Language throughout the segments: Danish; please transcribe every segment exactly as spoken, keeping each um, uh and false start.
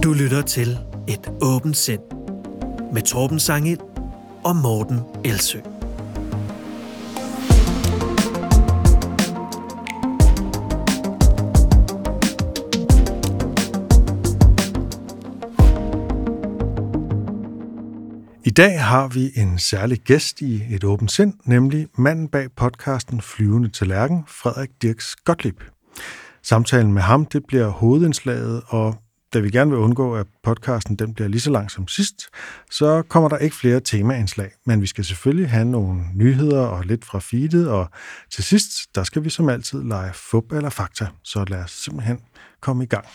Du lytter til Et åbent sind med Torben Sangel og Morten Elsø. I dag har vi en særlig gæst i Et åbent sind, nemlig manden bag podcasten Flyvende Tallerken, Frederik Dirks Gottlieb. Samtalen med ham, det bliver hovedindslaget, og da vi gerne vil undgå, at podcasten den bliver lige så lang som sidst, så kommer der ikke flere temaindslag. Men vi skal selvfølgelig have nogle nyheder og lidt fra feedet, og til sidst, der skal vi som altid lege fup eller fakta. Så lad os simpelthen komme i gang.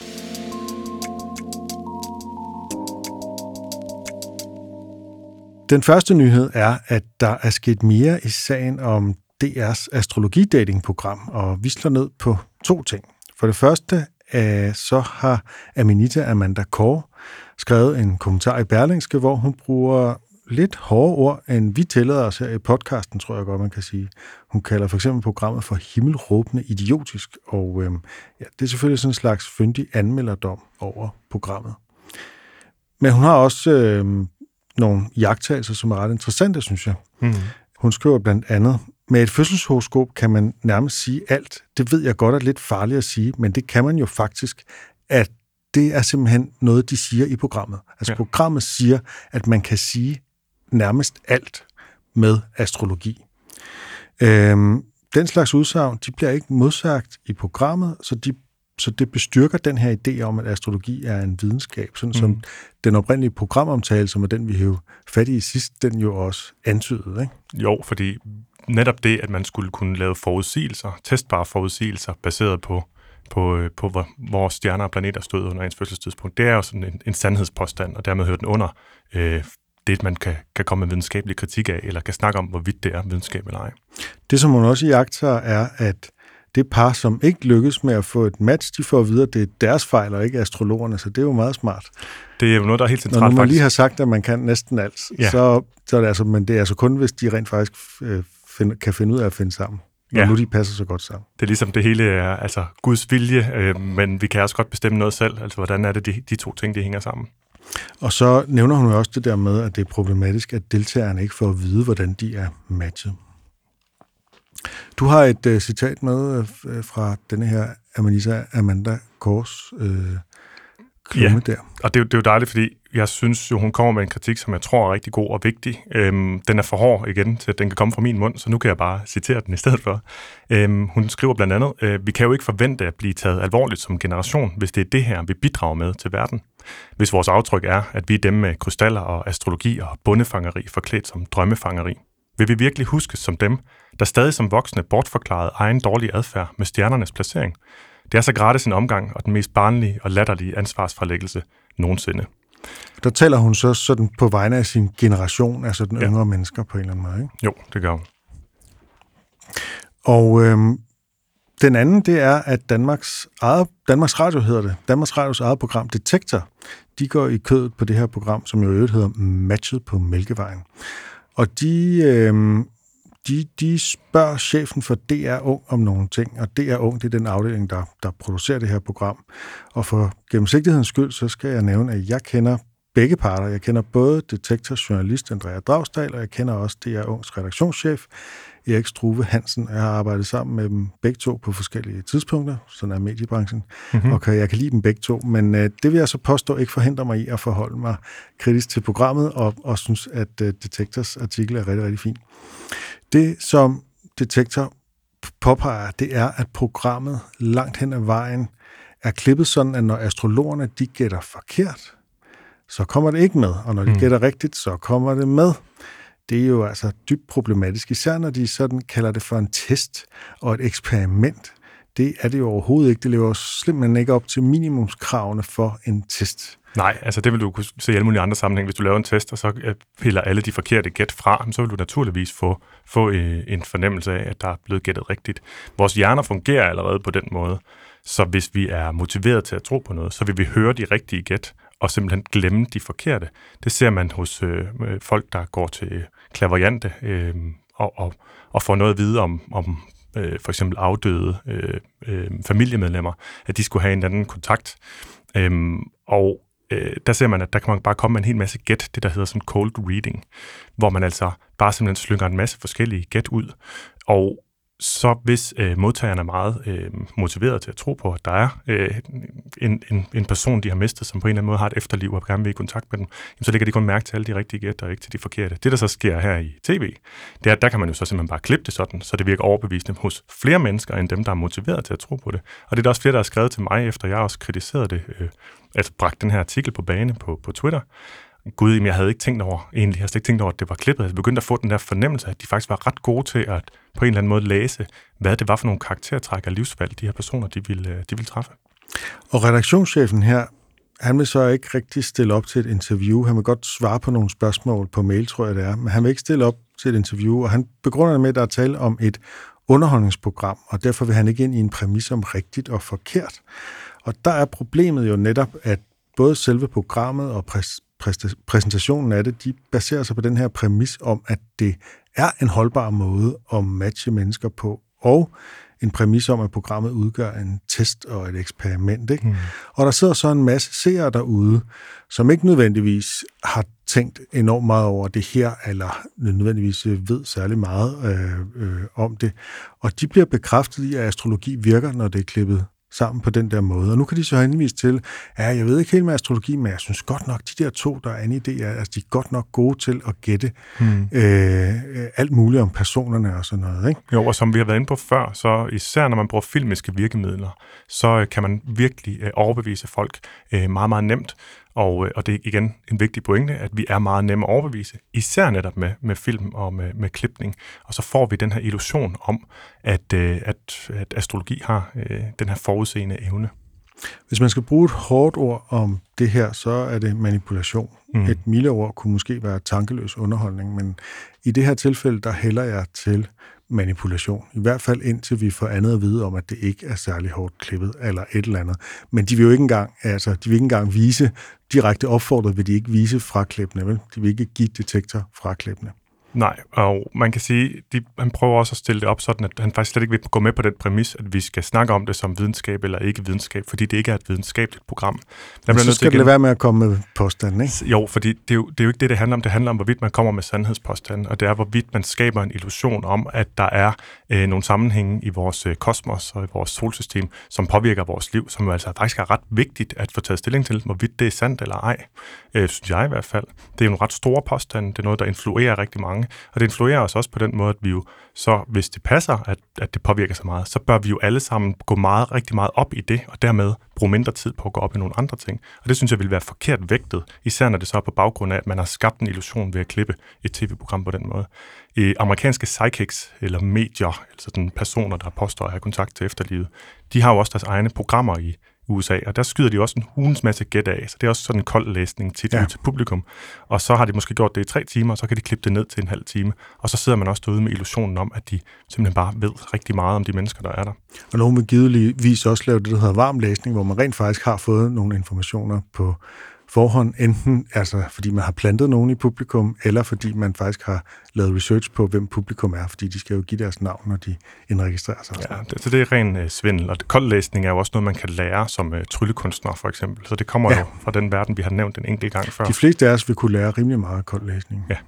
Den første nyhed er, at der er sket mere i sagen om D R's astrologidatingprogram, og vi slår ned på to ting. For det første, så har Aminita Amanda Kåre skrevet en kommentar i Berlingske, hvor hun bruger lidt hårde ord, end vi tillader os her i podcasten, tror jeg godt, man kan sige. Hun kalder for eksempel programmet for himmelråbende idiotisk, og øhm, ja, det er selvfølgelig sådan en slags fyndig anmelderdom over programmet. Men hun har også øhm, nogle iagttagelser, som er ret interessante, synes jeg. Mm. Hun skriver blandt andet: med et fødselshoroskop kan man nærmest sige alt. Det ved jeg godt er lidt farligt at sige, men det kan man jo faktisk, at det er simpelthen noget, de siger i programmet. Altså ja. Programmet siger, at man kan sige nærmest alt med astrologi. Øhm, den slags udsagn, de bliver ikke modsagt i programmet, så, de, så det bestyrker den her idé om, at astrologi er en videnskab, sådan mm. som den oprindelige programomtale, som er den, vi hævde fat i sidst, den jo også antydede, ikke? Jo, fordi netop det, at man skulle kunne lave forudsigelser, testbare forudsigelser, baseret på, på, på hvor, hvor stjerner og planeter stod under ens fødselstidspunkt, det er jo sådan en, en sandhedspåstand, og dermed hører den under øh, det, man kan, kan komme med videnskabelig kritik af, eller kan snakke om, hvorvidt det er videnskab eller ej. Det, som hun også iagttager, er, at det par, som ikke lykkes med at få et match, de får at vide, at det er deres fejl, og ikke astrologerne, så det er jo meget smart. Det er jo noget, der er helt centralt. Når man faktisk lige har sagt, at man kan næsten alt, ja. så, så er det altså, men det er altså kun, hvis de rent faktisk øh, find, kan finde ud af at finde sammen, når ja. nu de passer så godt sammen. Det er ligesom det hele er altså Guds vilje, øh, men vi kan også godt bestemme noget selv, altså hvordan er det, de, de to ting, de hænger sammen. Og så nævner hun jo også det der med, at det er problematisk, at deltagerne ikke får at vide, hvordan de er matchet. Du har et uh, citat med uh, fra denne her Aminita Amanda Kåres uh, klumme ja. der. Og det er, det er jo dejligt, fordi jeg synes jo, hun kommer med en kritik, som jeg tror er rigtig god og vigtig. Øhm, den er for hård igen, til at den kan komme fra min mund, så nu kan jeg bare citere den i stedet for. Øhm, hun skriver blandt andet: øh, vi kan jo ikke forvente at blive taget alvorligt som generation, hvis det er det her, vi bidrager med til verden. Hvis vores aftryk er, at vi er dem med krystaller og astrologi og bondefangeri forklædt som drømmefangeri. Vil vi virkelig huskes som dem, der stadig som voksne bortforklarede egen dårlige adfærd med stjernernes placering? Det er så gratis en omgang og den mest barnlige og latterlige ansvarsforlæggelse nogensinde. Der taler hun så sådan på vegne af sin generation, altså den ja. yngre mennesker på en eller anden måde, ikke? Jo, det gør hun. Og øhm, den anden, det er, at Danmarks, eget, Danmarks Radio hedder det, Danmarks Radios eget program Detektor, de går i kødet på det her program, som jo i øvrigt hedder Matchet på Mælkevejen. Og de, øh, de, de spørger chefen for D R Ung om nogle ting, og D R Ung, det er den afdeling, der, der producerer det her program. Og for gennemsigtighedens skyld, så skal jeg nævne, at jeg kender begge parter. Jeg kender både Detektors journalist Andrea Dragsdahl, og jeg kender også D R Ungs redaktionschef Erik Struve Hansen. Jeg har arbejdet sammen med dem begge to på forskellige tidspunkter, sådan er mediebranchen, mm-hmm. og jeg kan lide dem begge to, men øh, det vil jeg så påstå ikke forhindre mig i at forholde mig kritisk til programmet, og, og synes, at øh, Detektors artikel er rigtig, rigtig fin. Det, som Detektor påpeger, det er, at programmet langt hen ad vejen er klippet sådan, at når astrologerne de gætter forkert, så kommer det ikke med, og når de mm. gætter rigtigt, så kommer det med. Det er jo altså dybt problematisk, især når de sådan kalder det for en test og et eksperiment. Det er det jo overhovedet ikke. Det lever simpelthen ikke op til minimumskravene for en test. Nej, altså det vil du kunne se i alle mulige andre sammenhæng. Hvis du laver en test, og så piller alle de forkerte gæt fra, så vil du naturligvis få, få en fornemmelse af, at der er blevet gættet rigtigt. Vores hjerner fungerer allerede på den måde, så hvis vi er motiveret til at tro på noget, så vil vi høre de rigtige gæt, og simpelthen glemme de forkerte. Det ser man hos øh, folk, der går til clairvoyante øh, og, og, og får noget at vide om, om øh, for eksempel afdøde øh, øh, familiemedlemmer, at de skulle have en anden kontakt. Øh, og øh, der ser man, at der kan man bare komme med en hel masse gæt, det der hedder sådan cold reading, hvor man altså bare simpelthen slynger en masse forskellige gæt ud, og så hvis øh, modtagerne er meget øh, motiveret til at tro på, at der er øh, en, en, en person, de har mistet, som på en eller anden måde har et efterliv og gerne vil i kontakt med dem, jamen, så lægger de kun mærke til alle de rigtige gæt og ikke til de forkerte. Det, der så sker her i tv, det er, at der kan man jo så simpelthen bare klippe det sådan, så det virker overbevisende hos flere mennesker, end dem, der er motiveret til at tro på det. Og det er der også flere, der har skrevet til mig, efter jeg også kritiserede det, øh, altså bragt den her artikel på bane på, på Twitter. Gud, jamen, jeg havde ikke tænkt over, egentlig, jeg havde ikke tænkt over, at det var klippet. Jeg begyndte at få den der fornemmelse, at de faktisk var ret gode til at på en eller anden måde læse, hvad det var for nogle karaktertræk og livsvalg, de her personer, de ville, de ville træffe. Og redaktionschefen her, han vil så ikke rigtig stille op til et interview. Han vil godt svare på nogle spørgsmål på mail, tror jeg det er, men han vil ikke stille op til et interview, og han begrunder det med, at der er tale om et underholdningsprogram, og derfor vil han ikke ind i en præmis om rigtigt og forkert. Og der er problemet jo netop, at både selve programmet og præs præsentationen af det, de baserer sig på den her præmis om, at det er en holdbar måde at matche mennesker på, og en præmis om, at programmet udgør en test og et eksperiment. Ikke? Mm. Og der sidder så en masse seere derude, som ikke nødvendigvis har tænkt enormt meget over det her, eller nødvendigvis ved særlig meget øh, øh, om det. Og de bliver bekræftet i, at astrologi virker, når det er klippet sammen på den der måde. Og nu kan de så henvise til, ja, jeg ved ikke helt med astrologi, men jeg synes godt nok, de der to, der er en idé, altså de er godt nok gode til at gætte hmm. øh, alt muligt om personerne og sådan noget. Ikke? Jo, og som vi har været inde på før, så især når man bruger filmiske virkemidler, så kan man virkelig øh, overbevise folk øh, meget, meget nemt. Og, og det er igen en vigtig pointe, at vi er meget nemme at overbevise, især netop med, med film og med, med klipning. Og så får vi den her illusion om, at, at, at astrologi har øh, den her forudseende evne. Hvis man skal bruge et hårdt ord om det her, så er det manipulation. Mm. Et mildt ord kunne måske være tankeløs underholdning, men i det her tilfælde, der hælder jeg til manipulation. I hvert fald indtil vi får andet at vide om, at det ikke er særlig hårdt klippet eller et eller andet. Men de vil jo ikke engang, altså, de vil ikke engang vise, direkte opfordret vil de ikke vise fraklippene, vel? De vil ikke give detektor fraklippene. Nej, og man kan sige, de, han prøver også at stille det op sådan, at han faktisk slet ikke vil gå med på den præmis, at vi skal snakke om det som videnskab eller ikke videnskab, fordi det ikke er et videnskabeligt program. Der Men så skal det lade være med at komme med påstanden, ikke? Jo, fordi det er jo, det er jo ikke det, det handler om. Det handler om, hvorvidt man kommer med sandhedspåstanden, og det er, hvorvidt man skaber en illusion om, at der er øh, nogle sammenhænge i vores øh, kosmos og i vores solsystem, som påvirker vores liv, som jo altså faktisk er ret vigtigt at få taget stilling til, hvorvidt det er sandt eller ej, øh, synes jeg i hvert fald. Det er jo en ret store påstand, det er noget, der influerer rigtig mange. Og det influerer os også på den måde, at vi jo så, hvis det passer, at, at det påvirker så meget, så bør vi jo alle sammen gå meget, rigtig meget op i det, og dermed bruge mindre tid på at gå op i nogle andre ting. Og det synes jeg vil være forkert vægtet, især når det så er på baggrund af, at man har skabt en illusion ved at klippe et tv-program på den måde. I amerikanske psychics, eller medier, altså sådan personer, der påstår at have kontakt til efterlivet, de har jo også deres egne programmer i U S A, og der skyder de også en hulens masse gæt af, så det er også sådan en kold læsning tit ja. ud til publikum. Og så har de måske gjort det i tre timer, og så kan de klippe det ned til en halv time, og så sidder man også derude med illusionen om, at de simpelthen bare ved rigtig meget om de mennesker, der er der. Og nogen vil givetvis også lave det, der hedder varm læsning, hvor man rent faktisk har fået nogle informationer på forhånd, enten altså fordi man har plantet nogen i publikum, eller fordi man faktisk har lavet research på, hvem publikum er, fordi de skal jo give deres navn, når de indregistrerer sig. Ja, det, så det er ren øh, svindel, og koldlæsning er jo også noget, man kan lære som øh, tryllekunstner, for eksempel. Så det kommer ja. jo fra den verden, vi har nævnt en enkelt gang før. De fleste af os vil kunne lære rimelig meget koldlæsning. Ja.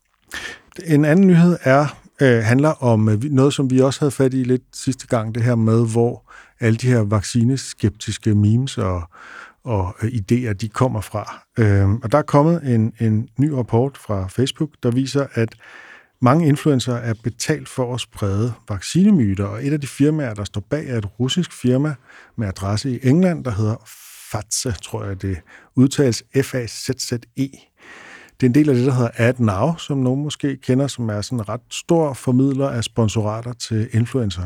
En anden nyhed er, øh, handler om øh, noget, som vi også havde fat i lidt sidste gang, det her med, hvor alle de her vaccineskeptiske memes og og idéer, de kommer fra. Øhm, og der er kommet en, en ny rapport fra Facebook, der viser, at mange influencer er betalt for at sprede vaccinemyter, og et af de firmaer, der står bag, er et russisk firma med adresse i England, der hedder Fatse, tror jeg det udtales, F A Z Z E. Det er en del af det, der hedder AdNow, som nogen måske kender, som er sådan en ret stor formidler af sponsorater til influencer.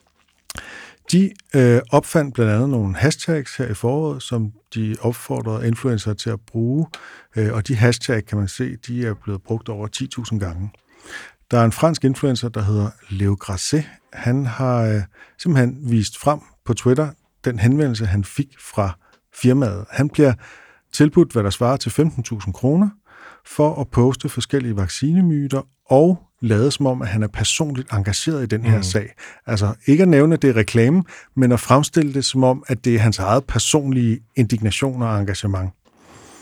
De øh, opfandt blandt andet nogle hashtags her i foråret, som de opfordrede influencer til at bruge, øh, og de hashtag, kan man se, de er blevet brugt over ti tusind gange. Der er en fransk influencer, der hedder Leo Grasset. Han har øh, simpelthen vist frem på Twitter den henvendelse, han fik fra firmaet. Han bliver tilbudt, hvad der svarer til femten tusind kroner, for at poste forskellige vaccinemyter og lade som om, at han er personligt engageret i den her mm. sag. Altså ikke at nævne, at det er reklame, men at fremstille det som om, at det er hans eget personlige indignation og engagement.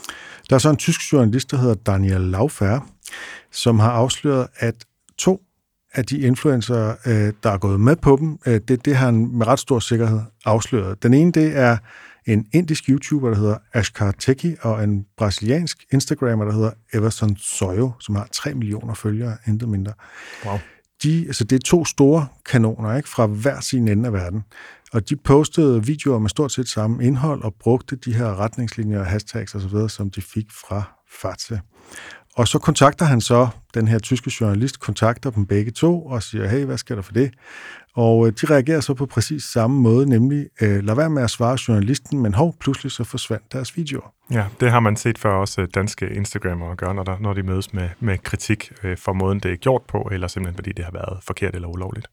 Der er så en tysk journalist, der hedder Daniel Laufer, som har afsløret, at to af de influencer, der er gået med på dem, det, det har han med ret stor sikkerhed afsløret. Den ene, det er en indisk YouTuber, der hedder Ashkar Teki, og en brasiliansk Instagrammer, der hedder Everson Soyo, som har tre millioner følgere, intet mindre. Wow. De, altså det er to store kanoner, ikke, fra hver sin ende af verden. Og de postede videoer med stort set samme indhold og brugte de her retningslinjer og hashtags osv., som de fik fra Fatse. Og så kontakter han så, den her tyske journalist, kontakter dem begge to og siger, hey, hvad skal der for det? Og de reagerer så på præcis samme måde, nemlig, øh, lad være med at svare journalisten, men hov, pludselig så forsvandt deres videoer. Ja, det har man set før også danske Instagrammere gøre, når, der, når de mødes med, med kritik øh, for måden, det er gjort på, eller simpelthen fordi det har været forkert eller ulovligt.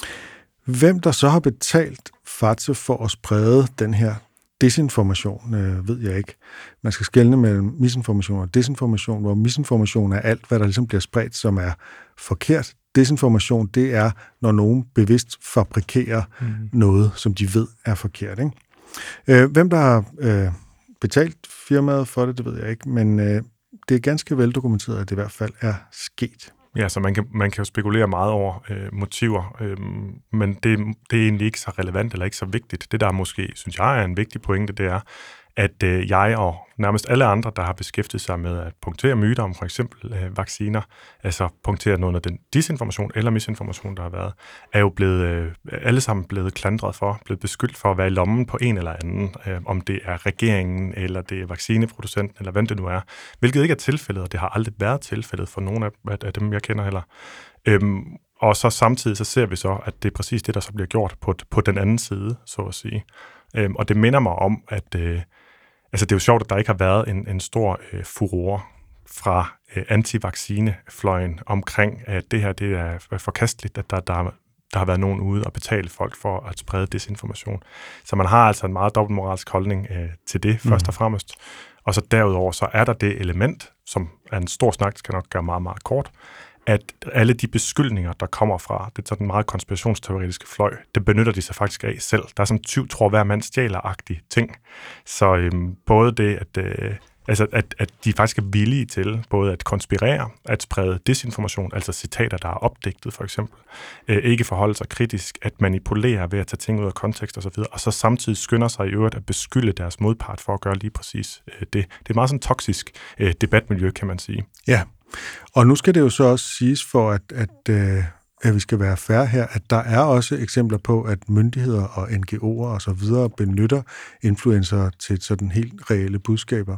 Hvem der så har betalt Fatse for at sprede den her desinformation, øh, ved jeg ikke. Man skal skelne mellem misinformation og desinformation, hvor misinformation er alt, hvad der ligesom bliver spredt, som er forkert. Desinformation, det er, når nogen bevidst fabrikerer mm. noget, som de ved er forkert. Ikke? Øh, hvem der har øh, betalt firmaet for det, det ved jeg ikke, men øh, det er ganske veldokumenteret, at det i hvert fald er sket. Ja, så man kan, man kan jo spekulere meget over øh, motiver, øh, men det, det er egentlig ikke så relevant eller ikke så vigtigt. Det, der måske, synes jeg, er en vigtig pointe, det er, at øh, jeg og nærmest alle andre, der har beskæftiget sig med at punktere myter om for eksempel øh, vacciner, altså punktere noget af den disinformation eller misinformation, der har været, er jo blevet, øh, alle sammen blevet klandret for, blevet beskyldt for at være i lommen på en eller anden, øh, om det er regeringen, eller det er vaccineproducenten, eller hvem det nu er, hvilket ikke er tilfældet, og det har aldrig været tilfældet for nogen af, af dem, jeg kender heller. Øhm, og så samtidig så ser vi så, at det er præcis det, der så bliver gjort på, på den anden side, så at sige. Øhm, og det minder mig om, at øh, altså det er jo sjovt, at der ikke har været en, en stor øh, furore fra øh, antivaccinefløjen omkring, at det her det er forkasteligt, at der, der, der har været nogen ude og betale folk for at sprede desinformation. Så man har altså en meget dobbeltmoralsk holdning øh, til det, først og fremmest. Og så derudover, så er der det element, som er en stor snak, skal nok gøre meget, meget kort, at alle de beskyldninger, der kommer fra det sådan meget konspirationsteoretiske fløj, det benytter de sig faktisk af selv. Der er sådan tyv tror hver mand stjæler-agtige ting. Så øhm, både det, at, øh, altså, at, at de faktisk er villige til både at konspirere, at sprede desinformation, altså citater, der er opdigtet for eksempel, øh, ikke forholde sig kritisk, at manipulere ved at tage ting ud af kontekst osv., og, og så samtidig skynder sig i øvrigt at beskylde deres modpart for at gøre lige præcis øh, det. Det er et meget sådan toksisk øh, debatmiljø, kan man sige. Ja. Og nu skal det jo så også siges for, at, at, øh, at vi skal være fair her, at der er også eksempler på, at myndigheder og N G O'er og så videre benytter influencer til sådan helt reelle budskaber.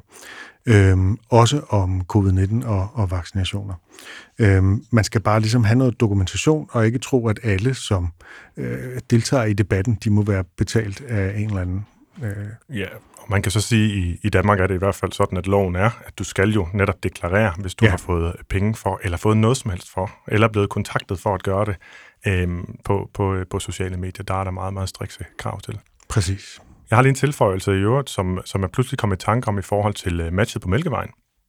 Øhm, også om covid nitten og, og vaccinationer. Øhm, man skal bare ligesom have noget dokumentation, og ikke tro, at alle, som øh, deltager i debatten, de må være betalt af en eller anden. Øh. Ja, og man kan så sige, at i, i Danmark er det i hvert fald sådan, at loven er, at du skal jo netop deklarere, hvis du ja. har fået penge for, eller fået noget som helst for, eller blevet kontaktet for at gøre det øhm, på, på, på sociale medier. Der er der meget, meget strikse krav til. Præcis. Jeg har lige en tilføjelse i øvrigt, som, som jeg pludselig kom i tanke om i forhold til uh, matchet på Mælkevejen.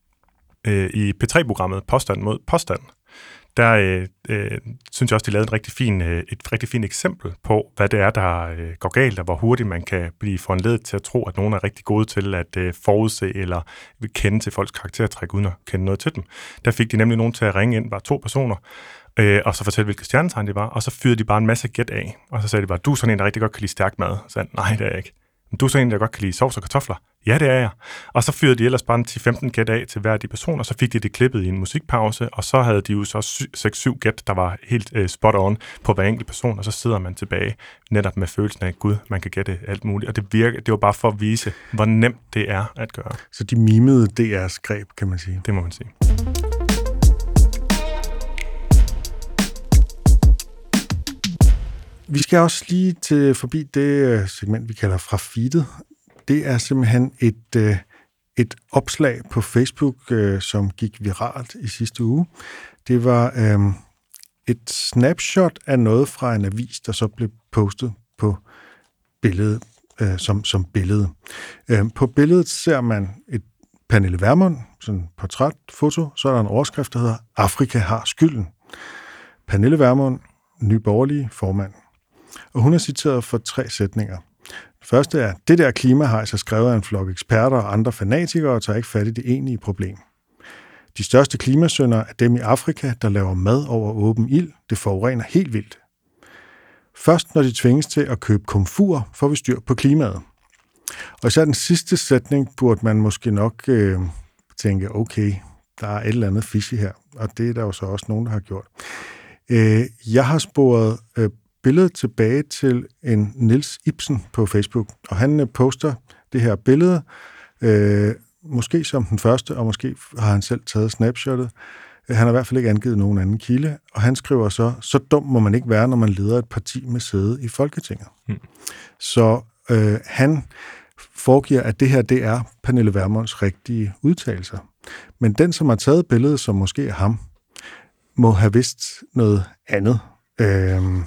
Uh, I P tre programmet Påstand mod Påstand, der uh, uh, synes jeg også, de lavede et rigtig fint, uh, et rigtig fint eksempel på, hvad det er, der uh, går galt, og hvor hurtigt man kan blive foranledet til at tro, at nogen er rigtig gode til at uh, forudse eller kende til folks karaktertræk, uden at kende noget til dem. Der fik de nemlig nogen til at ringe ind, bare to personer, Øh, og så fortælle, hvilke stjernetegn de var, og så fyrede de bare en masse gæt af. Og så sagde de bare, du er sådan en, der rigtig godt kan lide stærk mad. Så sagde, nej, det er jeg ikke. Men du er sådan en, der godt kan lide sovs og kartofler. Ja, det er jeg. Og så fyrede de ellers bare en ti femten gæt af til hver af de personer, og så fik de det klippet i en musikpause, og så havde de jo så seks syv gæt, der var helt øh, spot on på hver enkelt person, og så sidder man tilbage netop med følelsen af, gud, man kan gætte alt muligt. Og det virker, det var bare for at vise, hvor nemt det er at gøre. Så de mimede D R's greb, kan man sige. Det må man sige. Vi skal også lige til forbi det segment, vi kalder fra feedet. Det er simpelthen et, et opslag på Facebook, som gik viralt i sidste uge. Det var um, et snapshot af noget fra en avis, der så blev postet på billedet, uh, som, som billede. Uh, på billedet ser man et Pernille Vermund, sådan et portrætfoto, så er der en overskrift, der hedder Afrika har skylden. Pernille Vermund, Nye Borgerlige formand. Og hun er citeret for tre sætninger. Første er, det der klimahejs er skrevet af en flok eksperter og andre fanatikere og tager ikke fat i det egentlige problem. De største klimasyndere er dem i Afrika, der laver mad over åben ild. Det forurener helt vildt. Først når de tvinges til at købe komfur, får vi styr på klimaet. Og især den sidste sætning burde man måske nok øh, tænke, okay, der er et eller andet fishy her, og det er der jo så også nogen, der har gjort. Øh, jeg har sporet øh, billedet tilbage til en Niels Ibsen på Facebook, og han øh, poster det her billede, øh, måske som den første, og måske har han selv taget snapshottet. Han har i hvert fald ikke angivet nogen anden kilde, og han skriver så, så dum må man ikke være, når man leder et parti med sæde i Folketinget. Hmm. Så øh, han foregiver, at det her, det er Pernille Vermunds rigtige udtalelser. Men den, som har taget billedet, som måske er ham, må have vidst noget andet. Øhm,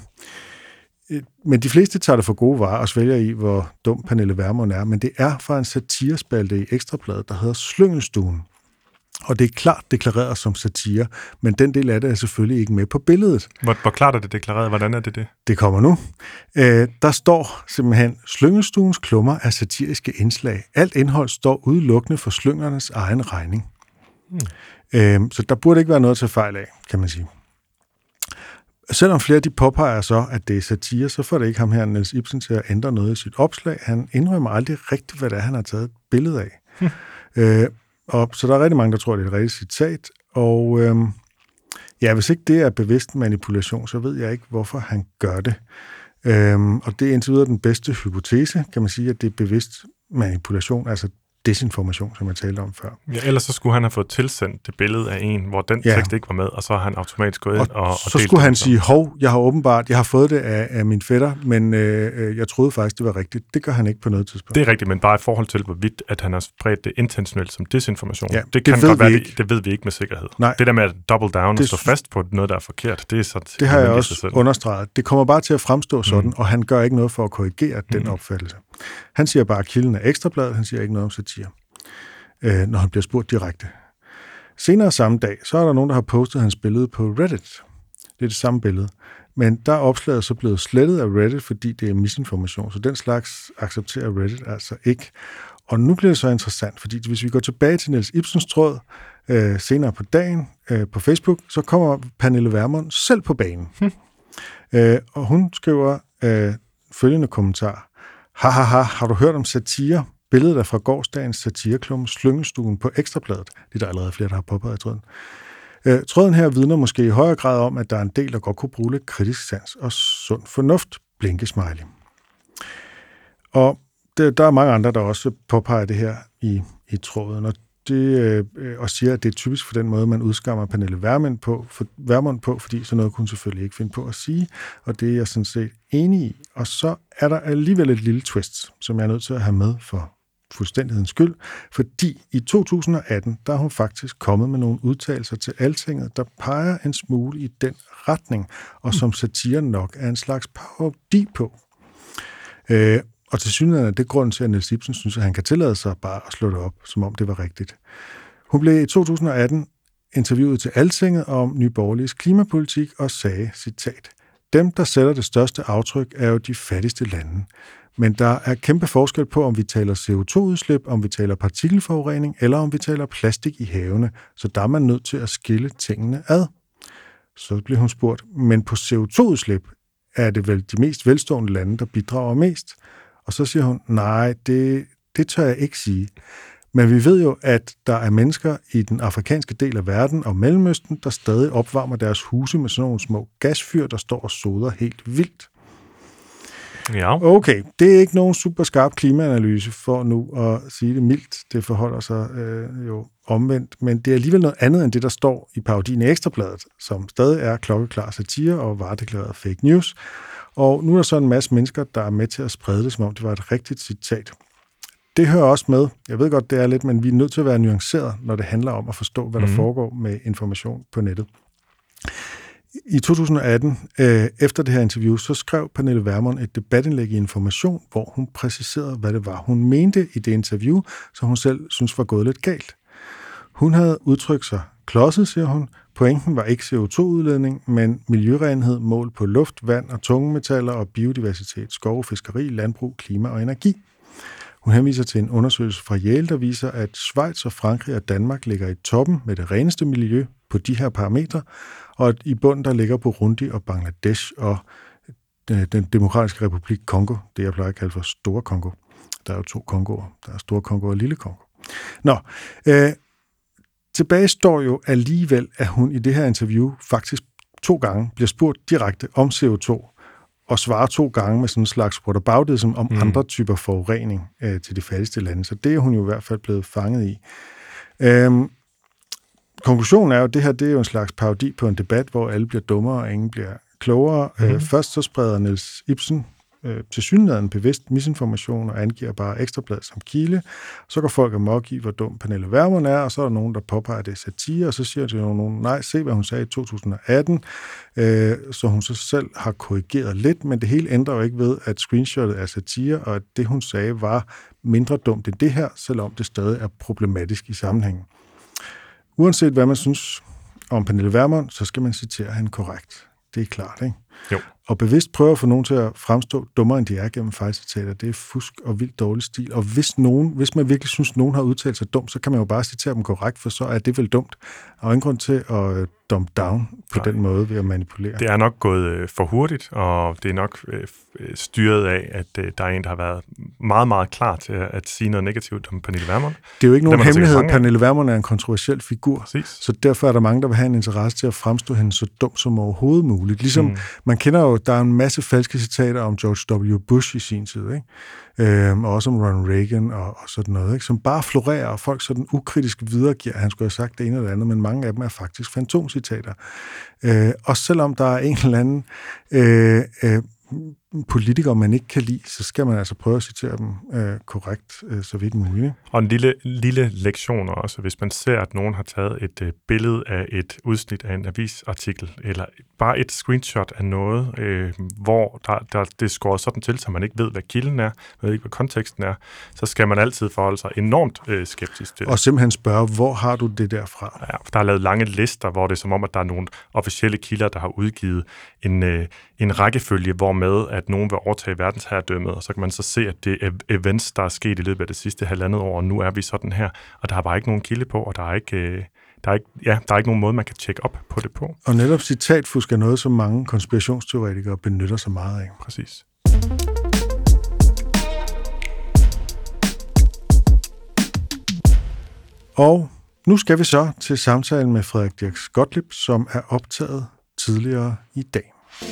men de fleste tager det for gode varer og svælger i, hvor dum Pernille Vermund er. Men det er fra en satirespalte i Ekstrabladet, der hedder Slyngelstuen. Og det er klart deklareret som satire, men den del af det er selvfølgelig ikke med på billedet. Hvor, hvor klart er det deklareret? Hvordan er det det? Det kommer nu. Øh, der står simpelthen, Slyngelstuens klummer er satiriske indslag. Alt indhold står udelukkende for slyngernes egen regning. Hmm. Øh, så der burde ikke være noget til fejl af, kan man sige. Selvom flere de påpeger så, at det er satire, så får det ikke ham her, Niels Ibsen, til at ændre noget i sit opslag. Han indrømmer aldrig rigtigt, hvad det er, han har taget et billede af. Hmm. Øh, Og, så der er rigtig mange, der tror, det er et rigtigt citat. Og øhm, ja, hvis ikke det er bevidst manipulation, så ved jeg ikke, hvorfor han gør det. Øhm, og det er indtil videre den bedste hypotese, kan man sige, at det er bevidst manipulation, altså desinformation, som jeg talte om før. Ja, ellers så skulle han have fået tilsendt det billede af en, hvor den ja. tekst ikke var med, og så har han automatisk gået ind og, og, og så skulle han sige, hov, jeg har åbenbart, jeg har fået det af, af min fætter, men øh, jeg troede faktisk, det var rigtigt. Det gør han ikke på noget tidspunkt. Det er rigtigt, men bare i forhold til, hvorvidt at han har spredt det intentionelt som desinformation. Ja, det, det kan ved godt vi være, ikke. Det, det ved vi ikke med sikkerhed. Nej. Det der med at double down det, og stå fast på noget, der er forkert, det er så... Det har jeg også understreget. Det kommer bare til at fremstå sådan, mm. og han gør ikke noget for at korrigere den mm. opfattelse. Han siger bare, at kilden er Ekstrabladet, han siger ikke noget om satire, øh, når han bliver spurgt direkte. Senere samme dag, så er der nogen, der har postet hans billede på Reddit. Det er det samme billede. Men der er opslaget så blevet slettet af Reddit, fordi det er misinformation. Så den slags accepterer Reddit altså ikke. Og nu bliver det så interessant, fordi hvis vi går tilbage til Niels Ibsens tråd øh, senere på dagen øh, på Facebook, så kommer Pernille Vermund selv på banen. Hmm. Øh, og hun skriver øh, følgende kommentar. Hahaha, har du hørt om satire? Billedet er fra gårsdagens satireklum Slyngelstuen på Ekstrabladet. Det er der allerede flere, der har påpeget i tråden. Øh, tråden her vidner måske i højere grad om, at der er en del, der godt kunne bruge lidt kritisk sans og sund fornuft. Blinkesmiley. Og det, der er mange andre, der også påpeger det her i, i tråden, og, det, øh, og siger, at det er typisk for den måde, man udskammer Pernille Vermund på, for, Vermund på, fordi sådan noget kunne hun selvfølgelig ikke finde på at sige, og det er jeg sådan set enig i. Og så er der alligevel et lille twist, som jeg er nødt til at have med for fuldstændighedens skyld, fordi i to tusind og atten, der er hun faktisk kommet med nogle udtalelser til Altinget, der peger en smule i den retning, og som satire nok er en slags parodi på. Øh, og til synligheden er det grunden til, at Niels Ibsen synes, at han kan tillade sig bare at slå det op, som om det var rigtigt. Hun blev i to tusind og atten interviewet til Altinget om Nye Borgerliges klimapolitik og sagde, citat, dem, der sætter det største aftryk, er jo de fattigste lande. Men der er kæmpe forskel på, om vi taler C O to udslip, om vi taler partikelforurening, eller om vi taler plastik i havene, så der er man nødt til at skille tingene ad. Så blev hun spurgt, men på C O to udslip er det vel de mest velstående lande, der bidrager mest? Og så siger hun, nej, det, det tør jeg ikke sige. Men vi ved jo, at der er mennesker i den afrikanske del af verden og Mellemøsten, der stadig opvarmer deres huse med sådan nogle små gasfyr, der står og soder helt vildt. Ja. Okay, det er ikke nogen super skarp klimaanalyse for nu at sige det mildt. Det forholder sig øh, jo omvendt, men det er alligevel noget andet end det, der står i parodien i Ekstrabladet, som stadig er klokkeklar satire og varedeklareret fake news. Og nu er der så en masse mennesker, der er med til at sprede det, som om det var et rigtigt citat. Det hører også med. Jeg ved godt, det er lidt, men vi er nødt til at være nuanceret, når det handler om at forstå, hvad der mm. foregår med information på nettet. I to tusind og atten, øh, efter det her interview, så skrev Pernille Vermund et debatindlæg i Information, hvor hun præciserede, hvad det var, hun mente i det interview, som hun selv synes var gået lidt galt. Hun havde udtrykt sig klodset, siger hun. Pointen var ikke C O to udledning, men miljørenhed målt på luft, vand og tungmetaller og biodiversitet, skov, fiskeri, landbrug, klima og energi. Hun henviser til en undersøgelse fra Yale, der viser, at Schweiz og Frankrig og Danmark ligger i toppen med det reneste miljø på de her parametre, og at i bunden der ligger Burundi og Bangladesh og den demokratiske republik Kongo, det jeg plejer at kalde for Store Kongo. Der er jo to Kongoer. Der er Store Kongo og Lille Kongo. Nå, øh, tilbage står jo alligevel, at hun i det her interview faktisk to gange bliver spurgt direkte om C O to, og svarer to gange med sådan en slags whataboutism om mm. andre typer forurening øh, til de fattigste lande. Så det er hun jo i hvert fald blevet fanget i. Øhm, konklusionen er jo, at det her det er jo en slags parodi på en debat, hvor alle bliver dummere og ingen bliver klogere. Mm. Øh, først så spreder Niels Ibsen øh, tilsyneladende bevidst misinformation og angiver bare Ekstrabladet som kilde. Så går folk amok i, hvor dum Pernille Vermund er, og så er der nogen, der påpeger, at det er satire, og så siger de nogen, nej, se hvad hun sagde i to tusind og atten, øh, så hun så selv har korrigeret lidt, men det hele ændrer jo ikke ved, at screenshotet er satire, og at det, hun sagde, var mindre dumt end det her, selvom det stadig er problematisk i sammenhængen. Uanset hvad man synes om Pernille Vermund, så skal man citere hende korrekt. Det er klart, ikke? Jo. Og bevidst prøver at få nogen til at fremstå dummere, end de er gennem fejlcitater. Det er fusk og vildt dårlig stil. Og hvis, nogen, hvis man virkelig synes, at nogen har udtalt sig dumt, så kan man jo bare citere dem korrekt, for så er det vel dumt. Og ingen grund til at dump down på Nej. den måde ved at manipulere. Det er nok gået for hurtigt, og det er nok styret af, at der er en, der har været meget, meget klar til at sige noget negativt om Pernille Vermund. Det er jo ikke nogen hemmelighed, at Pernille Vermund er en kontroversiel figur. Præcis. Så derfor er der mange, der vil have en interesse til at fremstå hende så dum som overhovedet muligt. Ligesom mm. man kender jo, der er en masse falske citater om George W. Bush i sin tid, ikke? Øhm, og også om Ronald Reagan og, og sådan noget, ikke? Som bare florerer, og folk sådan ukritisk videregiver, han skulle have sagt det ene eller andet, men mange af dem er faktisk fantomcitater. Øh, og selvom der er en eller anden øh, øh, politikere, man ikke kan lide, så skal man altså prøve at citere dem øh, korrekt, øh, så vidt muligt. Og en lille, lille lektion også, hvis man ser, at nogen har taget et øh, billede af et udsnit af en avisartikel, eller bare et screenshot af noget, øh, hvor der, der, det er skåret sådan til, så man ikke ved, hvad kilden er, ved ikke, hvad konteksten er, så skal man altid forholde sig enormt øh, skeptisk til det. Og simpelthen spørge, hvor har du det derfra? Ja, der er lavet lange lister, hvor det er som om, at der er nogle officielle kilder, der har udgivet en, øh, en rækkefølge, hvor med at nogen vil overtage verdensherredømmet, og så kan man så se, at det er events, der er sket i løbet af det sidste halvandet år, og nu er vi sådan her, og der er bare ikke nogen kilde på, og der er ikke, der er ikke, ja, der er ikke nogen måde, man kan tjekke op på det på. Og netop citatfusk er noget, som mange konspirationsteoretikere benytter sig meget af. Præcis. Og nu skal vi så til samtalen med Frederik Dirks Gottlieb, som er optaget tidligere i dag.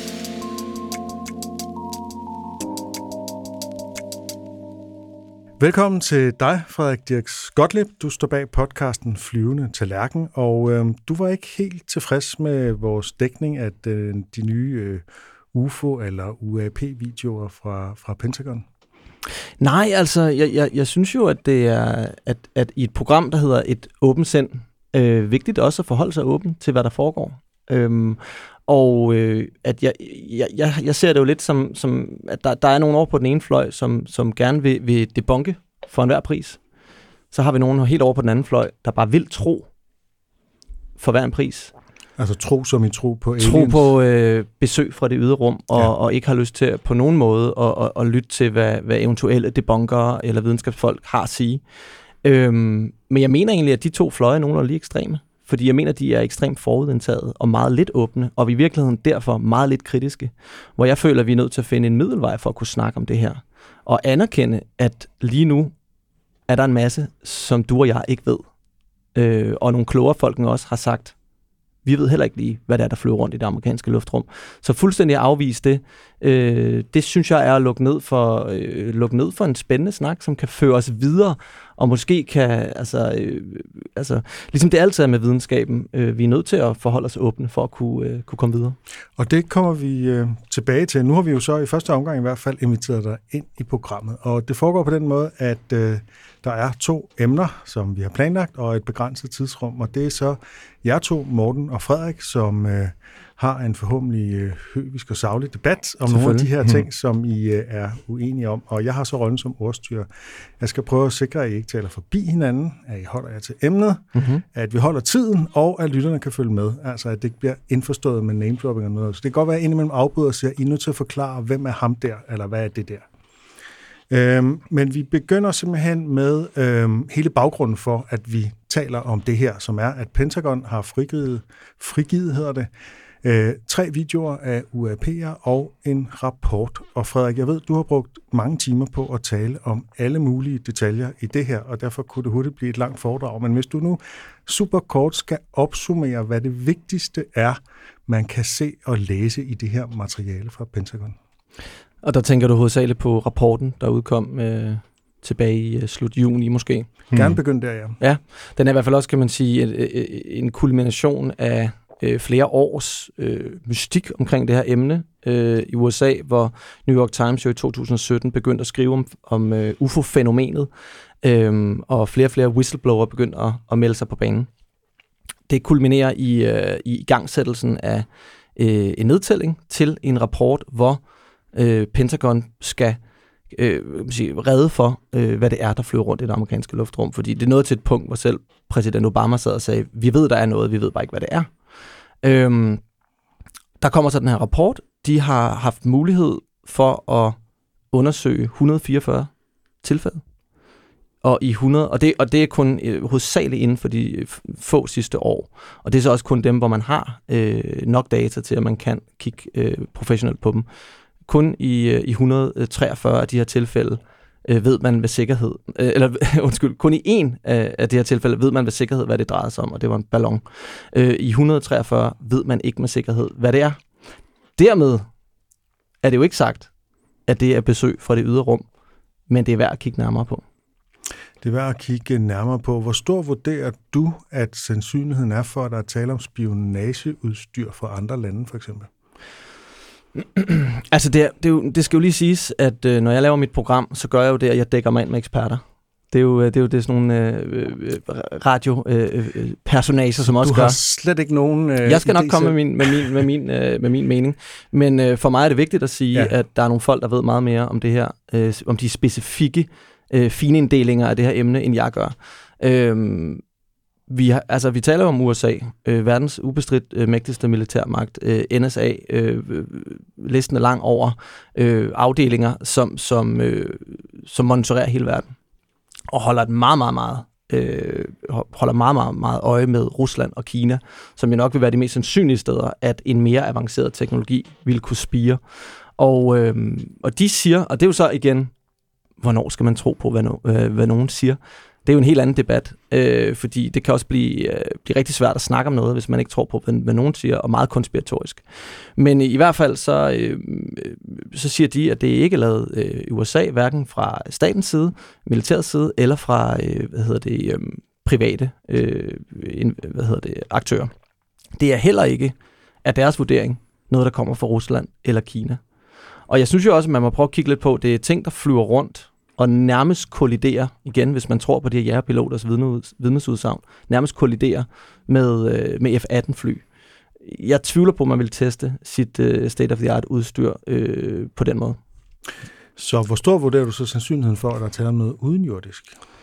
Velkommen til dig, Frederik Dirks Gottlieb. Du står bag podcasten Flyvende Tallerken, og øh, du var ikke helt tilfreds med vores dækning af øh, de nye øh, U F O- eller U A P-videoer fra, fra Pentagon. Nej, altså, jeg, jeg, jeg synes jo, at det er, at, at i et program, der hedder Et åbent sind, øh, vigtigt også at forholde sig åben til, hvad der foregår. Øhm, og øh, at jeg, jeg, jeg, jeg ser det jo lidt som, som at der, der er nogen over på den ene fløj, som, som gerne vil, vil debunke for enhver pris. Så har vi nogen helt over på den anden fløj, der bare vil tro for hver en pris. Altså tro som i tro på aliens? Tro på øh, besøg fra det ydre rum, og, ja. og ikke har lyst til på nogen måde at, at, at lytte til, hvad, hvad eventuelle debunkere eller videnskabsfolk har at sige. Øhm, men jeg mener egentlig, at de to fløje er nogenlunde lige ekstreme. Fordi jeg mener, de er ekstremt forudindtaget og meget lidt åbne, og vi i virkeligheden derfor meget lidt kritiske. Hvor jeg føler, at vi er nødt til at finde en middelvej for at kunne snakke om det her. Og anerkende, at lige nu er der en masse, som du og jeg ikke ved. Øh, og nogle klogere folk også har sagt, vi ved heller ikke lige, hvad det er, der flyver rundt i det amerikanske luftrum. Så fuldstændig afvise det, øh, det synes jeg er at lukke ned, for, øh, lukke ned for en spændende snak, som kan føre os videre, og måske kan, altså, øh, altså ligesom det altid er med videnskaben, øh, vi er nødt til at forholde os åbne for at kunne, øh, kunne komme videre. Og det kommer vi øh, tilbage til. Nu har vi jo så i første omgang i hvert fald inviteret dig ind i programmet, og det foregår på den måde, at øh, der er to emner, som vi har planlagt, og et begrænset tidsrum, og det er så jer to, Morten og Frederik, som, øh, har en forhåbentlig øh, høvisk og saglig debat om nogle af de her ting, som I øh, er uenige om. Og jeg har så rollen som ordstyrer. Jeg skal prøve at sikre, at I ikke taler forbi hinanden, at I holder jer til emnet, mm-hmm. at vi holder tiden, og at lytterne kan følge med. Altså, at det ikke bliver indforstået med name-dropping og noget. Så det kan godt være, at indimellem afbryder og siger, I er nødt til at forklare, hvem er ham der, eller hvad er det der. Øhm, men vi begynder simpelthen med øhm, hele baggrunden for, at vi taler om det her, som er, at Pentagon har frigivet, frigivet hedder det, øh, tre videoer af U A P'er og en rapport. Og Frederik, jeg ved, du har brugt mange timer på at tale om alle mulige detaljer i det her, og derfor kunne det hurtigt blive et langt foredrag. Men hvis du nu super kort skal opsummere, hvad det vigtigste er, man kan se og læse i det her materiale fra Pentagon. Og der tænker du hovedsageligt på rapporten, der udkom øh, tilbage i uh, slut juni måske. Gerne begynde der, ja. Ja, den er i hvert fald også, kan man sige, en, en kulmination af øh, flere års øh, mystik omkring det her emne øh, i U S A, hvor New York Times jo i to tusind sytten begyndte at skrive om, om øh, U F O-fænomenet, øh, og flere og flere whistleblower begyndte at, at melde sig på banen. Det kulminerer i, øh, i igangsættelsen af øh, en nedtælling til en rapport, hvor Øh, Pentagon skal øh, sige, redde for, øh, hvad det er, der flyver rundt i det amerikanske luftrum. Fordi det er nået til et punkt, hvor selv præsident Obama sad og sagde, vi ved, der er noget, vi ved bare ikke, hvad det er. Øhm, der kommer så den her rapport. De har haft mulighed for at undersøge et hundrede og fireogfyrre tilfælde. Og, i hundrede, og, det, og det er kun øh, hovedsageligt inden for de øh, få sidste år. Og det er så også kun dem, hvor man har øh, nok data til, at man kan kigge øh, professionelt på dem. Kun i, i et hundrede og treogfyrre af de her tilfælde øh, ved man med sikkerhed, øh, eller undskyld, kun i en af, af de her tilfælde ved man med sikkerhed, hvad det drejede sig om, og det var en ballon. Øh, I et hundrede og treogfyrre ved man ikke med sikkerhed, hvad det er. Dermed er det jo ikke sagt, at det er besøg fra det ydre rum, men det er værd at kigge nærmere på. Det er værd at kigge nærmere på. Hvor stor vurderer du, at sandsynligheden er for, at der er tale om spionageudstyr fra andre lande, for eksempel? Altså, det, er, det, er jo, det skal jo lige siges, at øh, når jeg laver mit program, så gør jeg jo det, at jeg dækker mig ind med eksperter. Det er jo det, er jo det sådan nogle øh, radiopersonager, øh, som også gør. Du har slet ikke nogen øh, Jeg skal nok komme med min, med, min, med, min, øh, med min mening. Men øh, for mig er det vigtigt at sige, ja. at der er nogle folk, der ved meget mere om det her, øh, om de specifikke øh, fine inddelinger af det her emne, end jeg gør. Øh, Vi, har, altså, vi taler om U S A, øh, verdens ubestridt øh, mægtigste militærmagt, øh, N S A, øh, listen er lang over øh, afdelinger, som, som, øh, som monitorerer hele verden, og holder et meget, meget, meget, øh, holder meget, meget, meget øje med Rusland og Kina, som jo nok vil være de mest sandsynlige steder, at en mere avanceret teknologi ville kunne spire. Og, øh, og de siger, og det er jo så igen, hvornår skal man tro på, hvad, no, øh, hvad nogen siger? Det er jo en helt anden debat, øh, fordi det kan også blive, øh, blive rigtig svært at snakke om noget, hvis man ikke tror på, hvad, hvad nogen siger, og meget konspiratorisk. Men i hvert fald så, øh, så siger de, at det ikke er lavet øh, i U S A, hverken fra statens side, militærets side, eller fra øh, hvad hedder det, øh, private øh, hvad hedder det, aktører. Det er heller ikke af deres vurdering noget, der kommer fra Rusland eller Kina. Og jeg synes jo også, at man må prøve at kigge lidt på, det er ting, der flyver rundt, og nærmest kolliderer, igen, hvis man tror på de her jagerpiloters vidnesudsagn, nærmest kolliderer med, øh, med F atten fly. Jeg tvivler på, at man vil teste sit øh, state-of-the-art udstyr øh, på den måde. Så hvor stor vurderer du så sandsynligheden for, at der taler om noget udenjordisk?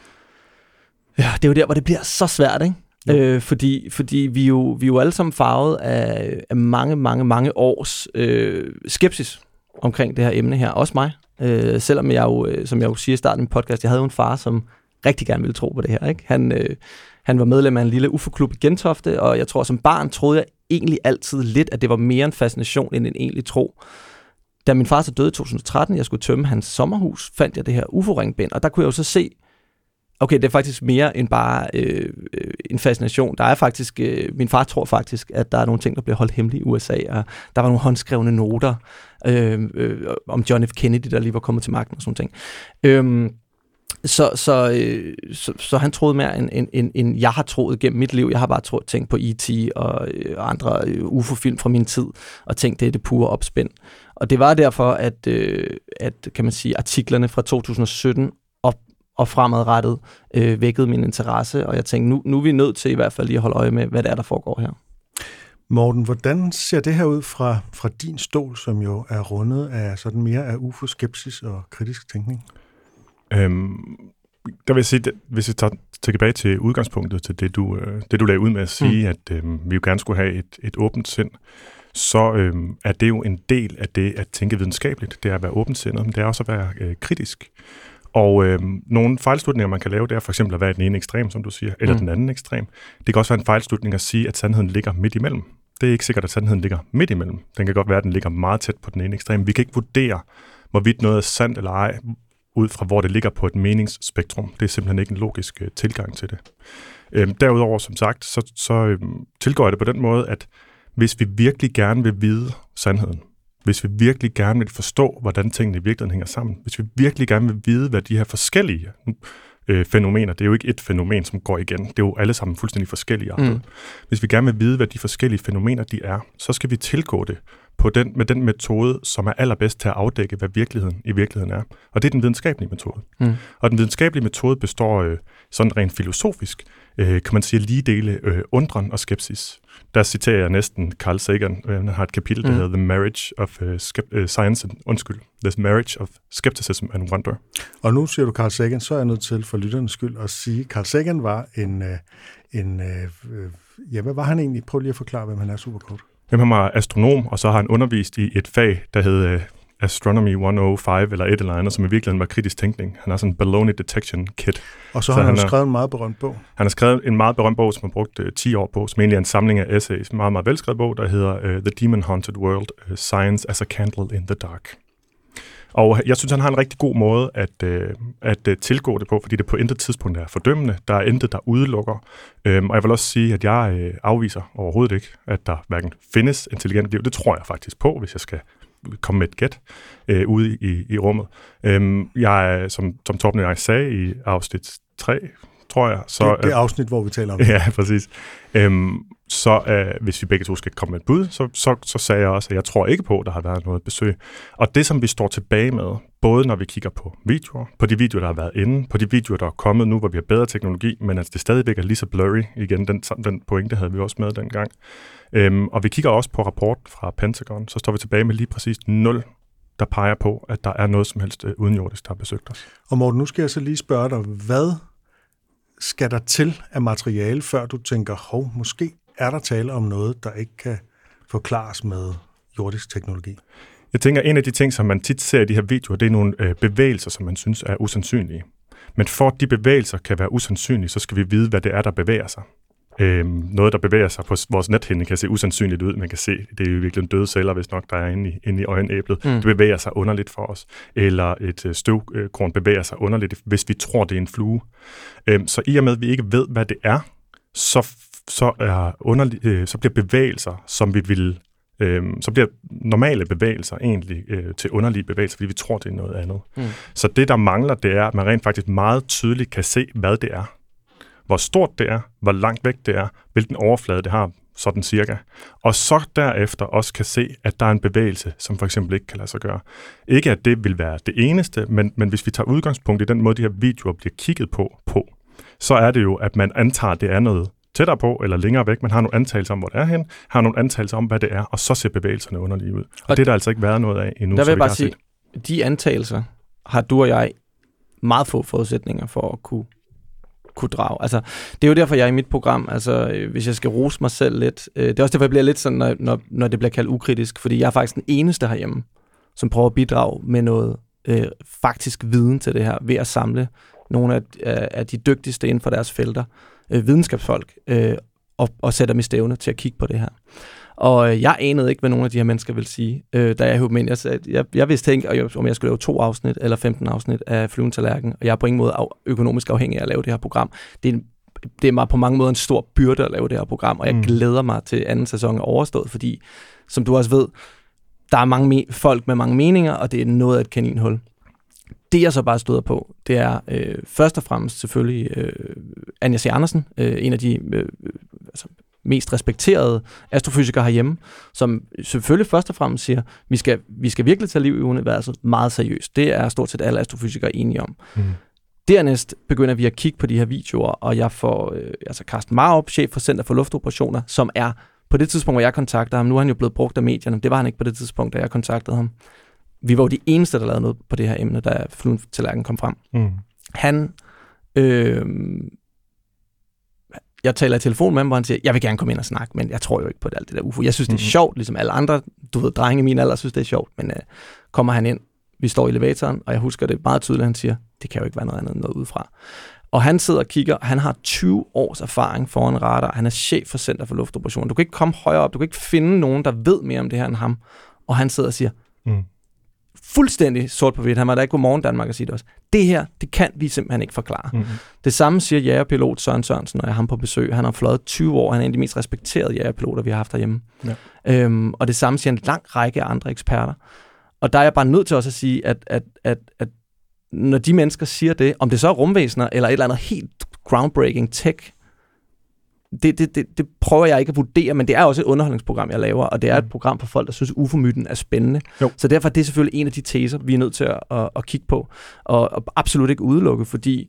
Ja, det er jo der, hvor det bliver så svært, ikke? Ja. Øh, fordi fordi vi, er jo, vi er jo alle sammen farvet af, af mange, mange, mange års øh, skepsis omkring det her emne her. Også mig. Øh, selvom jeg jo, som jeg jo siger i starten af min podcast, jeg havde jo en far, som rigtig gerne ville tro på det her. Ikke? Han, øh, han var medlem af en lille U F O-klub i Gentofte, og jeg tror, som barn troede jeg egentlig altid lidt, at det var mere en fascination end en egentlig tro. Da min far så døde i to tusind og tretten, jeg skulle tømme hans sommerhus, fandt jeg det her U F O-ringbind, og der kunne jeg jo så se, okay, det er faktisk mere end bare øh, en fascination. Der er faktisk, øh, min far tror faktisk, at der er nogle ting, der bliver holdt hemmelige i U S A, og der var nogle håndskrevne noter øh, øh, om John F. Kennedy, der lige var kommet til magten og sådan ting. Øh, så, så, øh, så, så han troede mere, end, end, end, end jeg har troet gennem mit liv. Jeg har bare troet, tænkt på E T og øh, andre øh, U F O-film fra min tid, og tænkt, det er det pure opspind. Og det var derfor, at, øh, at kan man sige, artiklerne fra to tusind og sytten og fremadrettet øh, vækkede min interesse, og jeg tænkte, nu, nu er vi nødt til i hvert fald lige at holde øje med, hvad det er, der foregår her. Morten, hvordan ser det her ud fra, fra din stol, som jo er rundet af sådan mere af U F O-skepsis og kritisk tænkning? Øhm, der vil jeg sige, at hvis vi tager tilbage til udgangspunktet, til det du, øh, det, du lagde ud med at sige, mm. at øh, vi jo gerne skulle have et, et åbent sind, så øh, er det jo en del af det at tænke videnskabeligt. Det er at være åbensindet, men det er også at være øh, kritisk. Og øh, nogle fejlslutninger, man kan lave, det er for eksempel at være i den ene ekstrem, som du siger, eller mm. den anden ekstrem. Det kan også være en fejlslutning at sige, at sandheden ligger midt imellem. Det er ikke sikkert, at sandheden ligger midt imellem. Den kan godt være, at den ligger meget tæt på den ene ekstrem. Vi kan ikke vurdere, hvorvidt noget er sandt eller ej, ud fra hvor det ligger på et meningsspektrum. Det er simpelthen ikke en logisk øh, tilgang til det. Øh, derudover, som sagt, så, så øh, tilgår jeg det på den måde, at hvis vi virkelig gerne vil vide sandheden, hvis vi virkelig gerne vil forstå, hvordan tingene i virkeligheden hænger sammen, hvis vi virkelig gerne vil vide, hvad de her forskellige øh, fænomener, det er jo ikke et fænomen, som går igen, det er jo alle sammen fuldstændig forskellige arter. Mm. Hvis vi gerne vil vide, hvad de forskellige fænomener de er, så skal vi tilgå det på den, med den metode, som er allerbedst til at afdække, hvad virkeligheden i virkeligheden er. Og det er den videnskabelige metode. Mm. Og den videnskabelige metode består øh, sådan rent filosofisk, øh, kan man sige, lige dele øh, undren og skepsis. Der citerer jeg næsten Carl Sagan. Han har et kapitel, der mm. hedder The Marriage of uh, Skept- uh, Science and, undskyld, The Marriage of Skepticism and Wonder. Og nu siger du Carl Sagan, så er jeg nødt til for lytternes skyld at sige, at Carl Sagan var en, en øh, ja, hvad var han egentlig? Prøv lige at forklare, hvem han er super kort. Jamen, han var astronom, og så har han undervist i et fag, der hed uh, Astronomy et nul fem eller et eller andet, som i virkeligheden var kritisk tænkning. Han har sådan en baloney detection kit. Og så, så har han, han skrevet en meget berømt bog. Han har skrevet en meget berømt bog, som han har brugt uh, ti år på, som egentlig er en samling af essays. En meget, meget velskrevet bog, der hedder uh, The Demon Haunted World, uh, Science as a Candle in the Dark. Og jeg synes, han har en rigtig god måde at, uh, at uh, tilgå det på, fordi det på intet tidspunkt er fordømmende. Der er intet, der udelukker. Um, og jeg vil også sige, at jeg uh, afviser overhovedet ikke, at der hverken findes intelligent liv. Det tror jeg faktisk på, hvis jeg skal komme med et gæt øh, ude i, i rummet. Øhm, jeg, som, som Torben og jeg sagde i afsnit tre, tror jeg. Så, det, det er afsnit, hvor vi taler om det. Ja, præcis. Øhm, så øh, hvis vi begge to skal komme med et bud, så, så, så sagde jeg også, at jeg tror ikke på, at der har været noget besøg. Og det, som vi står tilbage med, både når vi kigger på videoer, på de videoer, der har været inde, på de videoer, der er kommet nu, hvor vi har bedre teknologi, men at det stadigvæk er lige så blurry igen, den, den pointe havde vi også med dengang. Øhm, og vi kigger også på rapporten fra Pentagon, så står vi tilbage med lige præcis nul, der peger på, at der er noget som helst øh, udenjordisk, der har besøgt os. Og Morten, nu skal jeg så lige spørge dig, hvad skal der til af materiale, før du tænker, hov, måske er der tale om noget, der ikke kan forklares med jordisk teknologi? Jeg tænker, en af de ting, som man tit ser i de her videoer, det er nogle øh, bevægelser, som man synes er usandsynlige. Men for at de bevægelser kan være usandsynlige, så skal vi vide, hvad det er, der bevæger sig. Øhm, noget, der bevæger sig på vores nethinde, kan se usandsynligt ud. Man kan se, det er jo virkelig en døde celler, hvis nok der er inde i, inde i øjenæblet. Mm. Det bevæger sig underligt for os. Eller et øh, støvkorn bevæger sig underligt, hvis vi tror, det er en flue. Øhm, så i og med, at vi ikke ved, hvad det er, så, så, er underlig, øh, så bliver bevægelser, som vi vil... Øh, så bliver normale bevægelser egentlig øh, til underlige bevægelser, fordi vi tror, det er noget andet. Mm. Så det, der mangler, det er, at man rent faktisk meget tydeligt kan se, hvad det er. Hvor stort det er, hvor langt væk det er, hvilken overflade det har, sådan cirka. Og så derefter også kan se, at der er en bevægelse, som for eksempel ikke kan lade sig gøre. Ikke at det vil være det eneste, men, men hvis vi tager udgangspunkt i den måde, de her videoer bliver kigget på, på, så er det jo, at man antager, at det er noget tættere på eller længere væk. Man har nogle antagelser om, hvor det er hen, har nogle antagelser om, hvad det er, og så ser bevægelserne underlige ud. Og, og det er der altså ikke været noget af endnu. Der vil jeg bare sige, de antagelser har du og jeg meget få forudsætninger for at kunne kunne drage. Altså, det er jo derfor, jeg er i mit program, altså, hvis jeg skal rose mig selv lidt, øh, det er også derfor, jeg bliver lidt sådan, når, når, når det bliver kaldt ukritisk, fordi jeg er faktisk den eneste herhjemme, som prøver at bidrage med noget øh, faktisk viden til det her, ved at samle nogle af, af, af de dygtigste inden for deres felter, øh, videnskabsfolk, øh, og, og sætte dem i stævne til at kigge på det her. Og jeg anede ikke, hvad nogle af de her mennesker vil sige, øh, da jeg høvde ind. Jeg, sagde, jeg, jeg vidste ikke, om jeg skulle lave to afsnit eller femten afsnit af Flyvende Tallerken, og jeg er på ingen måde af, økonomisk afhængig af at lave det her program. Det er, det er mig på mange måder en stor byrde at lave det her program, og jeg mm. glæder mig til anden sæson er overstået, fordi, som du også ved, der er mange me- folk med mange meninger, og det er noget af et kaninhul. Det, jeg så bare støder på, det er øh, først og fremmest selvfølgelig øh, Anja C. Andersen, øh, en af de... Øh, altså, mest respekterede astrofysikere herhjemme, som selvfølgelig først og fremmest siger, vi skal, vi skal virkelig tage liv i universet meget seriøst. Det er stort set alle astrofysikere enige om. Mm. Dernæst begynder vi at kigge på de her videoer, og jeg får øh, altså Carsten Marup, chef for Center for Luftoperationer, som er på det tidspunkt, hvor jeg kontaktede ham, nu er han jo blevet brugt af medierne, det var han ikke på det tidspunkt, da jeg kontaktede ham. Vi var jo de eneste, der lavede noget på det her emne, da Fluen Tallerken kom frem. Mm. Han, øh, jeg taler i telefon med ham, hvor han siger, jeg vil gerne komme ind og snakke, men jeg tror jo ikke på det, alt det der U F O. Jeg synes, det er mm-hmm. sjovt, ligesom alle andre, du ved, drenge i min alder synes, det er sjovt, men øh, kommer han ind, vi står i elevatoren, og jeg husker det meget tydeligt, han siger, det kan jo ikke være noget andet end noget udefra. Og han sidder og kigger, han har tyve års erfaring foran radar, han er chef for Center for Luftoperationer. Du kan ikke komme højere op, du kan ikke finde nogen, der ved mere om det her end ham. Og han sidder og siger, mm. fuldstændig sort på hvidt, han var da ikke Godmorgen Danmark at sige det også. Det her, det kan vi simpelthen ikke forklare. Mm-hmm. Det samme siger jagerpilot Søren Sørensen, når jeg har ham på besøg. Han har fløjet tyve år, han er en af de mest respekterede jagerpiloter, vi har haft derhjemme. Ja. Øhm, og det samme siger en lang række andre eksperter. Og der er jeg bare nødt til også at sige, at, at, at, at når de mennesker siger det, om det så er rumvæsener eller et eller andet helt groundbreaking tech, det, det, det, det prøver jeg ikke at vurdere, men det er også et underholdningsprogram, jeg laver, og det er et program for folk, der synes, U F O-myten er spændende. Jo. Så derfor er det selvfølgelig en af de teser, vi er nødt til at, at, at kigge på, og, og absolut ikke udelukke, fordi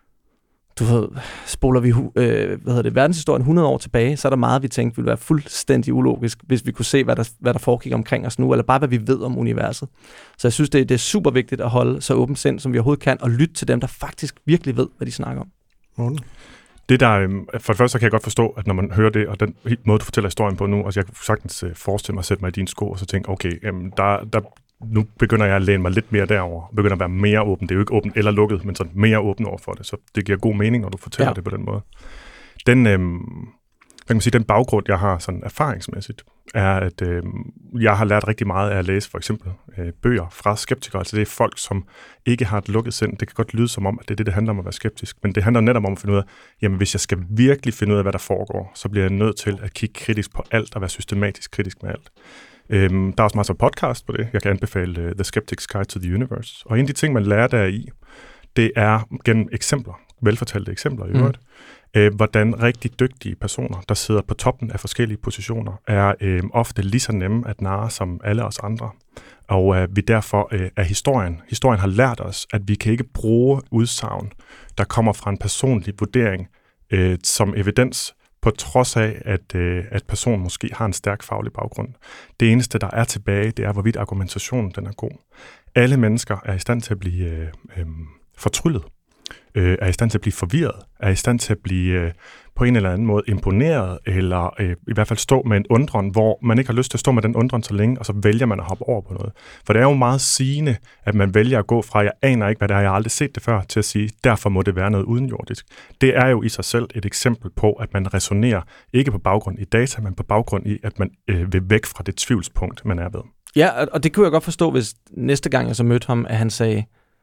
du ved, spoler vi øh, hvad hedder det, verdenshistorien hundrede år tilbage, så er der meget, vi tænkte ville være fuldstændig ulogisk, hvis vi kunne se, hvad der, hvad der foregik omkring os nu, eller bare, hvad vi ved om universet. Så jeg synes, det, det er super vigtigt at holde så åbent sind, som vi overhovedet kan, og lytte til dem, der faktisk virkelig ved, hvad de snakker om. Morten? Det der, for det første så kan jeg godt forstå, at når man hører det, og den måde, du fortæller historien på nu, altså jeg kan sagtens forestille mig at sætte mig i dine sko, og så tænke, okay, jamen, der, der, nu begynder jeg at læne mig lidt mere derover, begynder at være mere åben. Det er jo ikke åben eller lukket, men sådan mere åben over for det, så det giver god mening, når du fortæller ja. det på den måde. Den, øhm, kan man sige, den baggrund, jeg har sådan erfaringsmæssigt, er, at øh, jeg har lært rigtig meget af at læse for eksempel øh, bøger fra skeptikere. Altså det er folk, som ikke har et lukket sind. Det kan godt lyde som om, at det er det, det handler om at være skeptisk. Men det handler netop om at finde ud af, jamen hvis jeg skal virkelig finde ud af, hvad der foregår, så bliver jeg nødt til at kigge kritisk på alt og være systematisk kritisk med alt. Øhm, der er også masser af podcast på det. Jeg kan anbefale uh, The Skeptic's Guide to the Universe. Og en af de ting, man lærer deri, det er gennem eksempler, velfortalte eksempler i øvrigt, mm. øh, hvordan rigtig dygtige personer, der sidder på toppen af forskellige positioner, er øh, ofte lige så nemme at narre som alle os andre. Og øh, vi derfor øh, er historien. Historien har lært os, at vi kan ikke bruge udsagn, der kommer fra en personlig vurdering øh, som evidens, på trods af, at, øh, at personen måske har en stærk faglig baggrund. Det eneste, der er tilbage, det er, hvorvidt argumentationen den er god. Alle mennesker er i stand til at blive øh, øh, fortryllet, øh, er i stand til at blive forvirret, er i stand til at blive øh, på en eller anden måde imponeret, eller øh, i hvert fald stå med en undren, hvor man ikke har lyst til at stå med den undren så længe, og så vælger man at hoppe over på noget. For det er jo meget sigende, at man vælger at gå fra, jeg aner ikke, hvad det er, jeg har aldrig set det før, til at sige, derfor må det være noget udenjordisk. Det er jo i sig selv et eksempel på, at man resonerer ikke på baggrund i data, men på baggrund i, at man øh, vil væk fra det tvivlspunkt, man er ved. Ja, og det kunne jeg godt forstå, hvis næste gang jeg så mødte ham, at han sagde,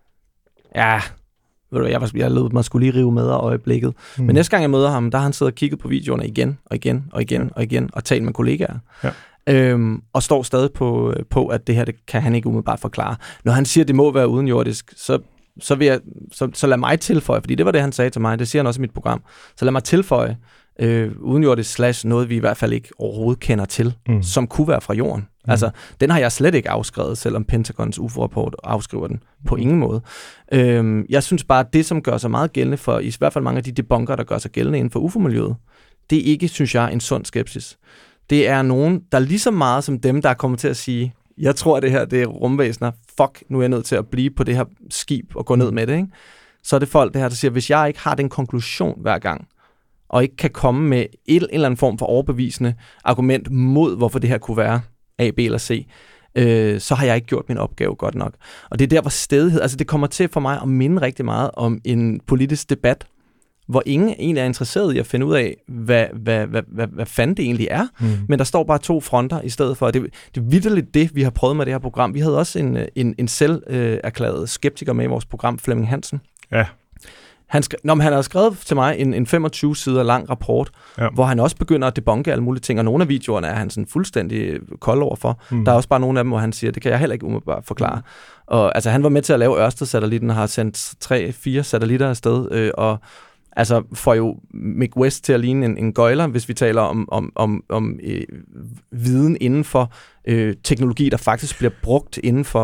ja, ved du, jeg, var, jeg lød mig skulle lige rive med af øjeblikket. Mm. Men næste gang jeg møder ham, der har han siddet og kigget på videoerne igen, og igen, og igen, og igen, og talt med kollegaer. Ja. Øhm, og står stadig på, på, at det her, det kan han ikke umiddelbart forklare. Når han siger, at det må være udenjordisk, så, så, vil jeg, så, så lad mig tilføje, fordi det var det, han sagde til mig, det siger han også i mit program, så lad mig tilføje, øh, udenjordisk slash noget, vi i hvert fald ikke overhovedet kender til, mm. som kunne være fra jorden. Mm. Altså, den har jeg slet ikke afskrevet, selvom Pentagons U F O-rapport afskriver den på ingen måde. Øhm, jeg synes bare, at det, som gør sig meget gældende for, i hvert fald mange af de debunker, der gør sig gældende inden for U F O-miljøet, det er ikke, synes jeg, en sund skepsis. Det er nogen, der lige så meget som dem, der er kommet til at sige, jeg tror, at det her det er rumvæsener, fuck, nu er jeg nødt til at blive på det her skib og gå ned med det, ikke? Så er det folk, det her, der siger, hvis jeg ikke har den konklusion hver gang, og ikke kan komme med en eller anden form for overbevisende argument mod, hvorfor det her kunne være A, B eller C, øh, så har jeg ikke gjort min opgave godt nok. Og det er der, hvor stædighed, altså det kommer til for mig at minde rigtig meget om en politisk debat, hvor ingen egentlig er interesseret i at finde ud af, hvad, hvad, hvad, hvad, hvad fanden det egentlig er. Mm. Men der står bare to fronter i stedet for. Det, det er vitterligt det, vi har prøvet med det her program. Vi havde også en, en, en selv øh, erklæret skeptiker med i vores program, Flemming Hansen. Ja. Han, sk- Nå, han havde skrevet til mig en, en femogtyve sider lang rapport, ja. Hvor han også begynder at debunke alle mulige ting, og nogle af videoerne er han sådan fuldstændig kold overfor. Mm. Der er også bare nogle af dem, hvor han siger, det kan jeg heller ikke umiddelbart forklare. Mm. Og altså, han var med til at lave Ørsted-satellitten, og har sendt tre, fire satellitter afsted, øh, og altså får jo Mick West til at ligne en, en gøjler, hvis vi taler om, om, om, om øh, viden inden for øh, teknologi, der faktisk bliver brugt inden for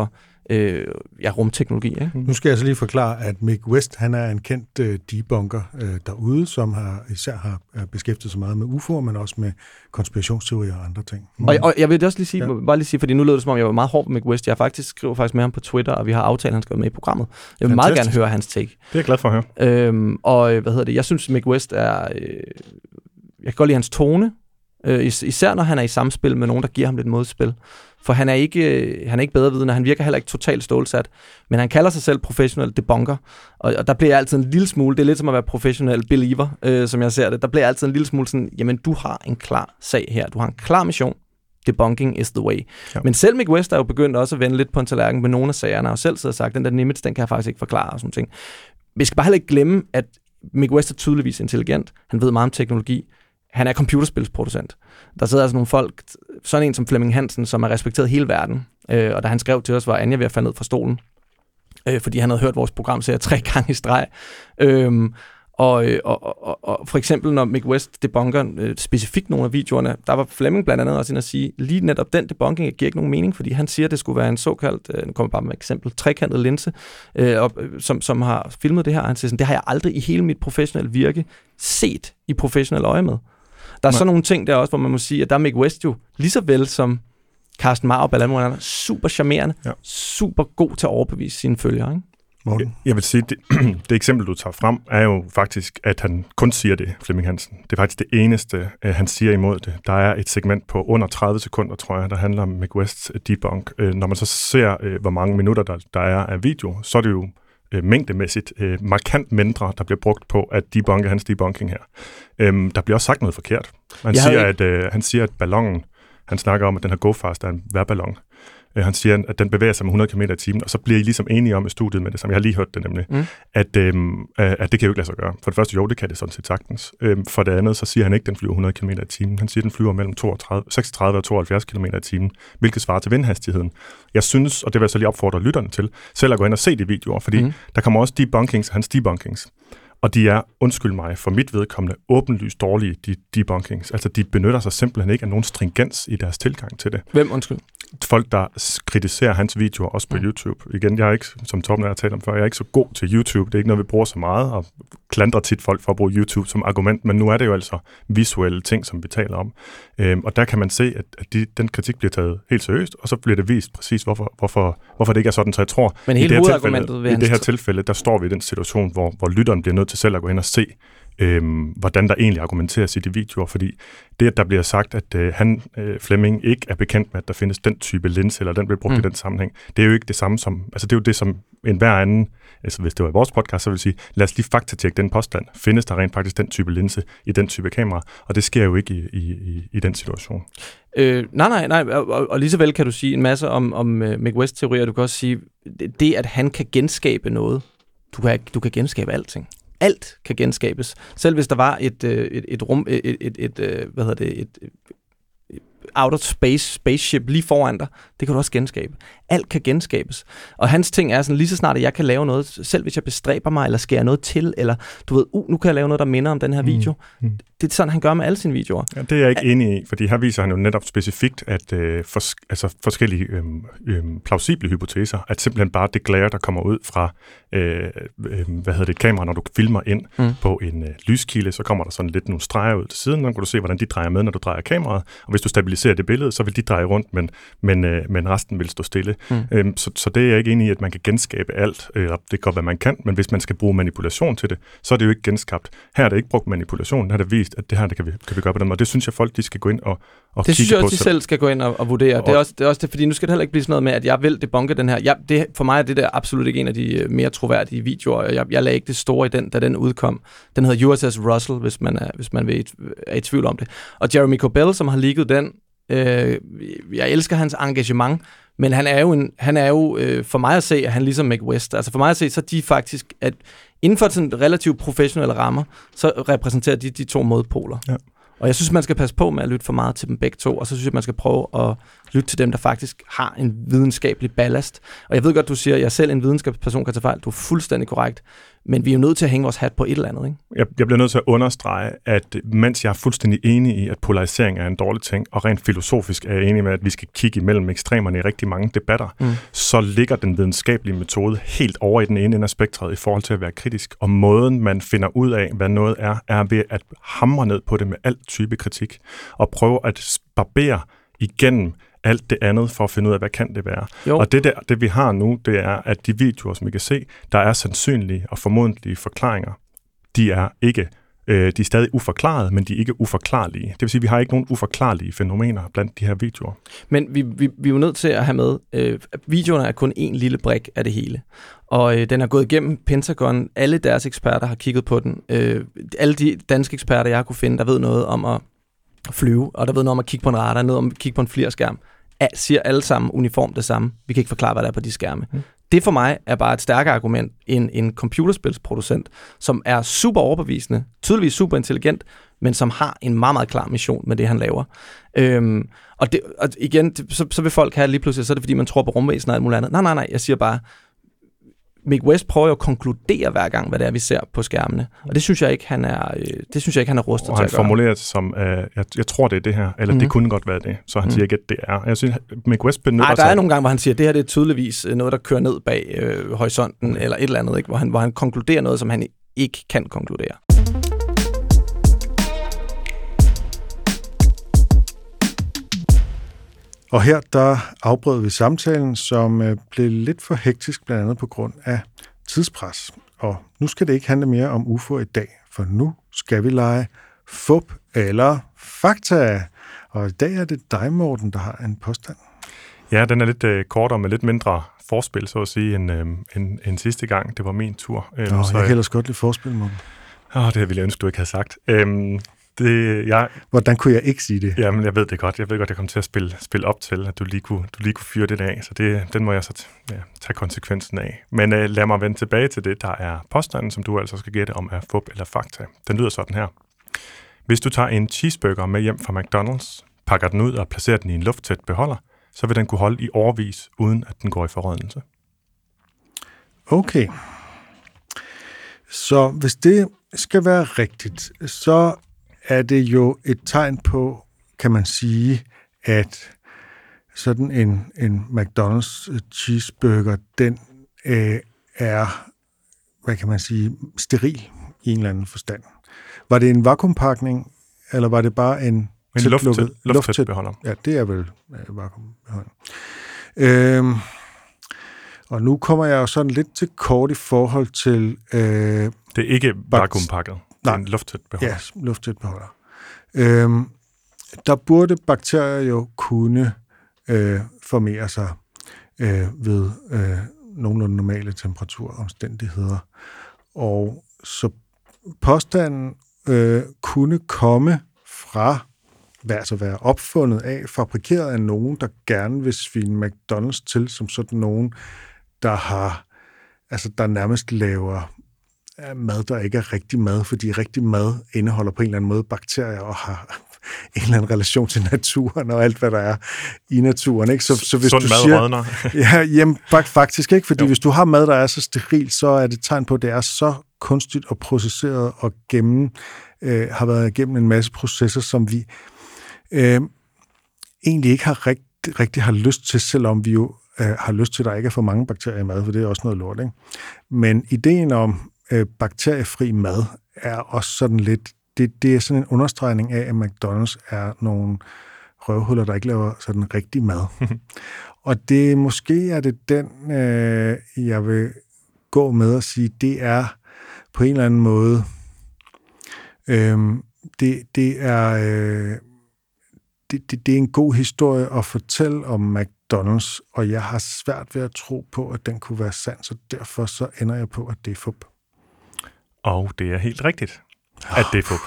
øh, ja, rumteknologi. Ikke? Nu skal jeg så lige forklare, at Mick West, han er en kendt øh, debunker øh, derude, som har især har beskæftiget sig meget med U F O'er, men også med konspirationsteorier og andre ting. Og, og jeg vil også lige sige, ja. bare lige sige, fordi nu lød det som om, jeg var meget hård på Mick West. Jeg faktisk skriver faktisk med ham på Twitter, og vi har aftalt, at han skal være med i programmet. Jeg vil Fantastisk. meget gerne høre hans take. Det er jeg glad for at høre. Øhm, og hvad hedder det? Jeg synes, Mick West er... Øh, jeg kan godt lide hans tone, øh, is- især når han er i samspil med nogen, der giver ham lidt modspil. For han er ikke, han er ikke bedrevidende, han virker heller ikke totalt stålsat, men han kalder sig selv professionel debunker, og, og der bliver altid en lille smule, det er lidt som at være professionel believer, øh, som jeg ser det, der bliver altid en lille smule sådan, jamen du har en klar sag her, du har en klar mission, debunking is the way. Ja. Men selv Mick West er jo begyndt også at vende lidt på en tallerken med nogle af sagerne, og selv sidder og sagt, den der Nimitz, den kan jeg faktisk ikke forklare, og sådan ting. Vi skal bare heller ikke glemme, at Mick West er tydeligvis intelligent, han ved meget om teknologi, han er computerspilsproducent. Der sidder altså nogle folk, sådan en som Flemming Hansen, som er respekteret i hele verden. Øh, og da han skrev til os, var Anja ved at falde ned fra stolen, øh, fordi han havde hørt vores programserie tre gange i streg. Øh, og, og, og, og for eksempel, når Mick West debunker øh, specifikt nogle af videoerne, der var Flemming blandt andet også inde at sige, lige netop den debunking giver ikke nogen mening, fordi han siger, at det skulle være en såkaldt, øh, nu kommer bare med et eksempel, trekantet linse, øh, op, som, som har filmet det her. Han siger sådan, det har jeg aldrig i hele mit professionelle virke set i professionel øje med. Der er sådan nogle ting der også, hvor man må sige, at der er Mick West jo lige så vel som Carsten Mar og Ballamon, super charmerende, ja. super god til at overbevise sine følgere, ikke? Jeg, jeg vil sige, det, det eksempel, du tager frem, er jo faktisk, at han kun siger det, Flemming Hansen. Det er faktisk det eneste, han siger imod det. Der er et segment på under tredive sekunder, tror jeg, der handler om Mick Wests debunk. Når man så ser, hvor mange minutter, der, der er af video, så er det jo mængdemæssigt markant mindre, der bliver brugt på at debunke hans debunking her. Øhm, der bliver også sagt noget forkert. Han siger, ikke... at, øh, han siger, at ballonen, han snakker om, at den her GoFast er en vejrballon. Øh, han siger, at den bevæger sig med hundrede kilometer i timen, og så bliver I ligesom enige om i studiet med det, som jeg har lige hørt det nemlig, mm. at, øhm, at det kan jo ikke lade sig gøre. For det første, jo, det kan det sådan set sagtens. Øhm, for det andet, så siger han ikke, at den flyver hundrede kilometer i timen. Han siger, at den flyver mellem toogtredive, seksogtredive og tooghalvfjerds kilometer i timen, hvilket svarer til vindhastigheden. Jeg synes, og det vil jeg så lige opfordre lytterne til, selv at gå ind og se de videoer, fordi mm. der kommer også debunkings, hans debunkings. Og de er, undskyld mig, for mit vedkommende åbenlyst dårlige, de debunkings. Altså, de benytter sig simpelthen ikke af nogen stringens i deres tilgang til det. Hvem, undskyld? Folk, der kritiserer hans videoer, også på mm. YouTube. Igen, jeg er ikke, som Torben har talt om før, jeg er ikke så god til YouTube. Det er ikke noget, vi bruger så meget, og klandrer tit folk for at bruge YouTube som argument. Men nu er det jo altså visuelle ting, som vi taler om. Øhm, og der kan man se, at de, den kritik bliver taget helt seriøst, og så bliver det vist præcis, hvorfor, hvorfor, hvorfor det ikke er sådan. Så jeg tror, Men i, hele det her tilfælde, i det her tilfælde, der står vi i den situation, hvor, hvor lytteren bliver nødt til selv at gå ind og se, Øhm, hvordan der egentlig argumenteres i de videoer, fordi det, at der bliver sagt, at øh, han, øh, Flemming, ikke er bekendt med, at der findes den type linse, eller den bliver brugt mm. i den sammenhæng, det er jo ikke det samme som, altså det er jo det, som enhver anden, altså hvis det var i vores podcast, så vil jeg sige, lad os lige faktatjekke den påstand. Findes der rent faktisk den type linse i den type kamera? Og det sker jo ikke i, i, i, i den situation. Øh, nej, nej, nej, og, og, og lige så vel kan du sige en masse om, om uh, Mick West-teorier, du kan også sige, det, at han kan genskabe noget, du kan, du kan genskabe alting. Alt kan genskabes. Selv hvis der var et, et, et rum, et, et, et, hvad hedder det, et, et outer space spaceship lige foran dig, det kan du også genskabe. Alt kan genskabes. Og hans ting er sådan, lige så snart at jeg kan lave noget, selv hvis jeg bestræber mig, eller skærer noget til, eller du ved, uh, nu kan jeg lave noget, der minder om den her video. Mm. Mm. Det er sådan, han gør med alle sine videoer. Ja, det er jeg ikke enig i, fordi her viser han jo netop specifikt, at øh, fors- altså forskellige øh, øh, plausible hypoteser, at simpelthen bare det glare, der kommer ud fra øh, øh, hvad hedder det, et kamera, når du filmer ind mm. på en øh, lyskilde, så kommer der sådan lidt nogle streger ud til siden, og kan du se, hvordan de drejer med, når du drejer kameraet, og hvis du stabiliserer det billede, så vil de dreje rundt, men, men, øh, men resten vil stå stille. Mm. Øhm, så, så det er jeg ikke enig i, at man kan genskabe alt. Øh, det går, hvad man kan, men hvis man skal bruge manipulation til det, så er det jo ikke genskabt. Her er det ikke brugt manipulation, her er det vist, at det her det kan, vi, kan vi gøre på den måde. Og det synes jeg, folk de skal gå ind og, og det kigge synes jeg på. også, de selv skal gå ind og, og vurdere. Og det er, også, det er også det, fordi nu skal det heller ikke blive sådan noget med, at jeg vil debunke den her. Jeg, det, for mig er det der absolut ikke en af de mere troværdige videoer. Jeg, jeg lagde ikke det store i den, da den udkom. Den hedder U S S Russell, hvis man er, hvis man vil, er i tvivl om det. Og Jeremy Corbell, som har leaget den, øh, jeg elsker hans engagement, men han er jo, en, han er jo øh, for mig at se, at han ligesom Mick West. Altså for mig at se, så er de faktisk, at inden for sådan relativt professionelle rammer, så repræsenterer de de to modpoler. Ja. Og jeg synes, man skal passe på med at lytte for meget til dem begge to, og så synes jeg, man skal prøve at lytte til dem, der faktisk har en videnskabelig ballast. Og jeg ved godt, du siger, at jeg selv en videnskabsperson kan tage fejl. Du er fuldstændig korrekt. Men vi er jo nødt til at hænge vores hat på et eller andet, ikke? Jeg, jeg bliver nødt til at understrege, at mens jeg er fuldstændig enig i, at polarisering er en dårlig ting, og rent filosofisk er jeg enig med, at vi skal kigge imellem ekstremerne i rigtig mange debatter, mm. så ligger den videnskabelige metode helt over i den ene ende af spektret i forhold til at være kritisk. Og måden, man finder ud af, hvad noget er, er ved at hamre ned på det med alt type kritik, og prøve at barbere igennem alt det andet for at finde ud af, hvad kan det være. Jo. Og det, der, det vi har nu, det er, at de videoer, som vi kan se, der er sandsynlige og formodentlige forklaringer, de er ikke, øh, de er stadig uforklarede, men de er ikke uforklarlige. Det vil sige, at vi har ikke nogen uforklarlige fænomener blandt de her videoer. Men vi, vi, vi er jo nødt til at have med, øh, at videoerne er kun en lille brik af det hele. Og øh, den er gået igennem Pentagon. Alle deres eksperter har kigget på den. Øh, alle de danske eksperter, jeg har kunne finde, der ved noget om at flyve, og der ved noget om at kigge på en radar, noget om at kigge på en flerskærm. Alt siger alle sammen uniformt det samme. Vi kan ikke forklare, hvad der er på de skærme. Mm. Det for mig er bare et stærkere argument end en computerspilsproducent, som er super overbevisende, tydeligvis super intelligent, men som har en meget, meget klar mission med det, han laver. Øhm, og, det, og igen, så, så vil folk have lige pludselig, så er det fordi, man tror på rumvæsen og alt muligt andet. Nej, nej, nej, jeg siger bare, Mick West prøver jo at konkludere hver gang, hvad det er, vi ser på skærmene. Og det synes jeg ikke, han er, det synes jeg ikke, han er rustet og til at gøre. Og han formulerer det som, øh, jeg, jeg tror, det er det her, eller mm-hmm. det kunne godt være det. Så han mm-hmm. siger ikke, at det er. Jeg synes, Mick West benytter sig. Nej, der sig er nogle gange, hvor han siger, at det her det er tydeligvis noget, der kører ned bag øh, horisonten, eller et eller andet, ikke? Hvor, han, hvor han konkluderer noget, som han ikke kan konkludere. Og her der afbrød vi samtalen, som øh, blev lidt for hektisk, blandt andet på grund af tidspres. Og nu skal det ikke handle mere om U F O i dag, for nu skal vi lege fup eller fakta. Og i dag er det dig, Morten, der har en påstand. Ja, den er lidt øh, kortere med lidt mindre forspil, så at sige, end, øh, end, end sidste gang. Det var min tur. Øhm, Nå, så, jeg kan ellers godt lide forspil, Morten. Åh, det ville jeg ønske, du ikke havde sagt. Øhm, Det, jeg, Hvordan kunne jeg ikke sige det? Jamen, jeg ved det godt. Jeg ved godt, jeg kom til at spille, spille op til, at du lige kunne, du lige kunne fyre det af. Så det, den må jeg så t- ja, tage konsekvensen af. Men uh, lad mig vende tilbage til det, der er påstanden, som du altså skal gætte om er fup eller fakta. Den lyder sådan her. Hvis du tager en cheeseburger med hjem fra McDonald's, pakker den ud og placerer den i en lufttæt beholder, så vil den kunne holde i årevis, uden at den går i forrådnelse. Okay. Så hvis det skal være rigtigt, så er det jo et tegn på, kan man sige, at sådan en, en McDonald's cheeseburger, den øh, er, hvad kan man sige, steril i en eller anden forstand. Var det en vakuumpakning, eller var det bare en, en lufttæt, lufttæt beholder? Ja, det er vel øh, vakuumbeholder. Øhm, og nu kommer jeg jo sådan lidt til kort i forhold til... Øh, det er ikke vakuumpakket. Det er en lufttæt beholder. Ja, lufttæt beholder. Øhm, der burde bakterier jo kunne øh, formere sig øh, ved øh, nogenlunde normale temperaturomstændigheder. Og så påstanden øh, kunne komme fra, altså være opfundet af, fabrikeret af nogen, der gerne vil svine McDonald's til, som sådan nogen, der har, altså der nærmest laver mad, der ikke er rigtig mad, fordi rigtig mad indeholder på en eller anden måde bakterier og har en eller anden relation til naturen og alt, hvad der er i naturen. Ikke? Så, så hvis Sund du mad siger, rådner. ja, jamen, faktisk ikke, fordi jo. Hvis du har mad, der er så steril, så er det tegn på, at det er så kunstigt og processeret og gennem, øh, har været igennem en masse processer, som vi øh, egentlig ikke har rigt, rigtig har lyst til, selvom vi jo øh, har lyst til, at der ikke er for mange bakterier i mad, for det er også noget lort. Ikke? Men ideen om øh, bakteriefri mad er også sådan lidt, det, det er sådan en understregning af, at McDonald's er nogle røvhuller, der ikke laver sådan rigtig mad. Og det måske er det den, øh, jeg vil gå med og sige, det er på en eller anden måde, øh, det, det er øh, det, det, det er en god historie at fortælle om McDonald's, og jeg har svært ved at tro på, at den kunne være sand, så derfor så ender jeg på, at det er fup. Og det er helt rigtigt, at det er fup.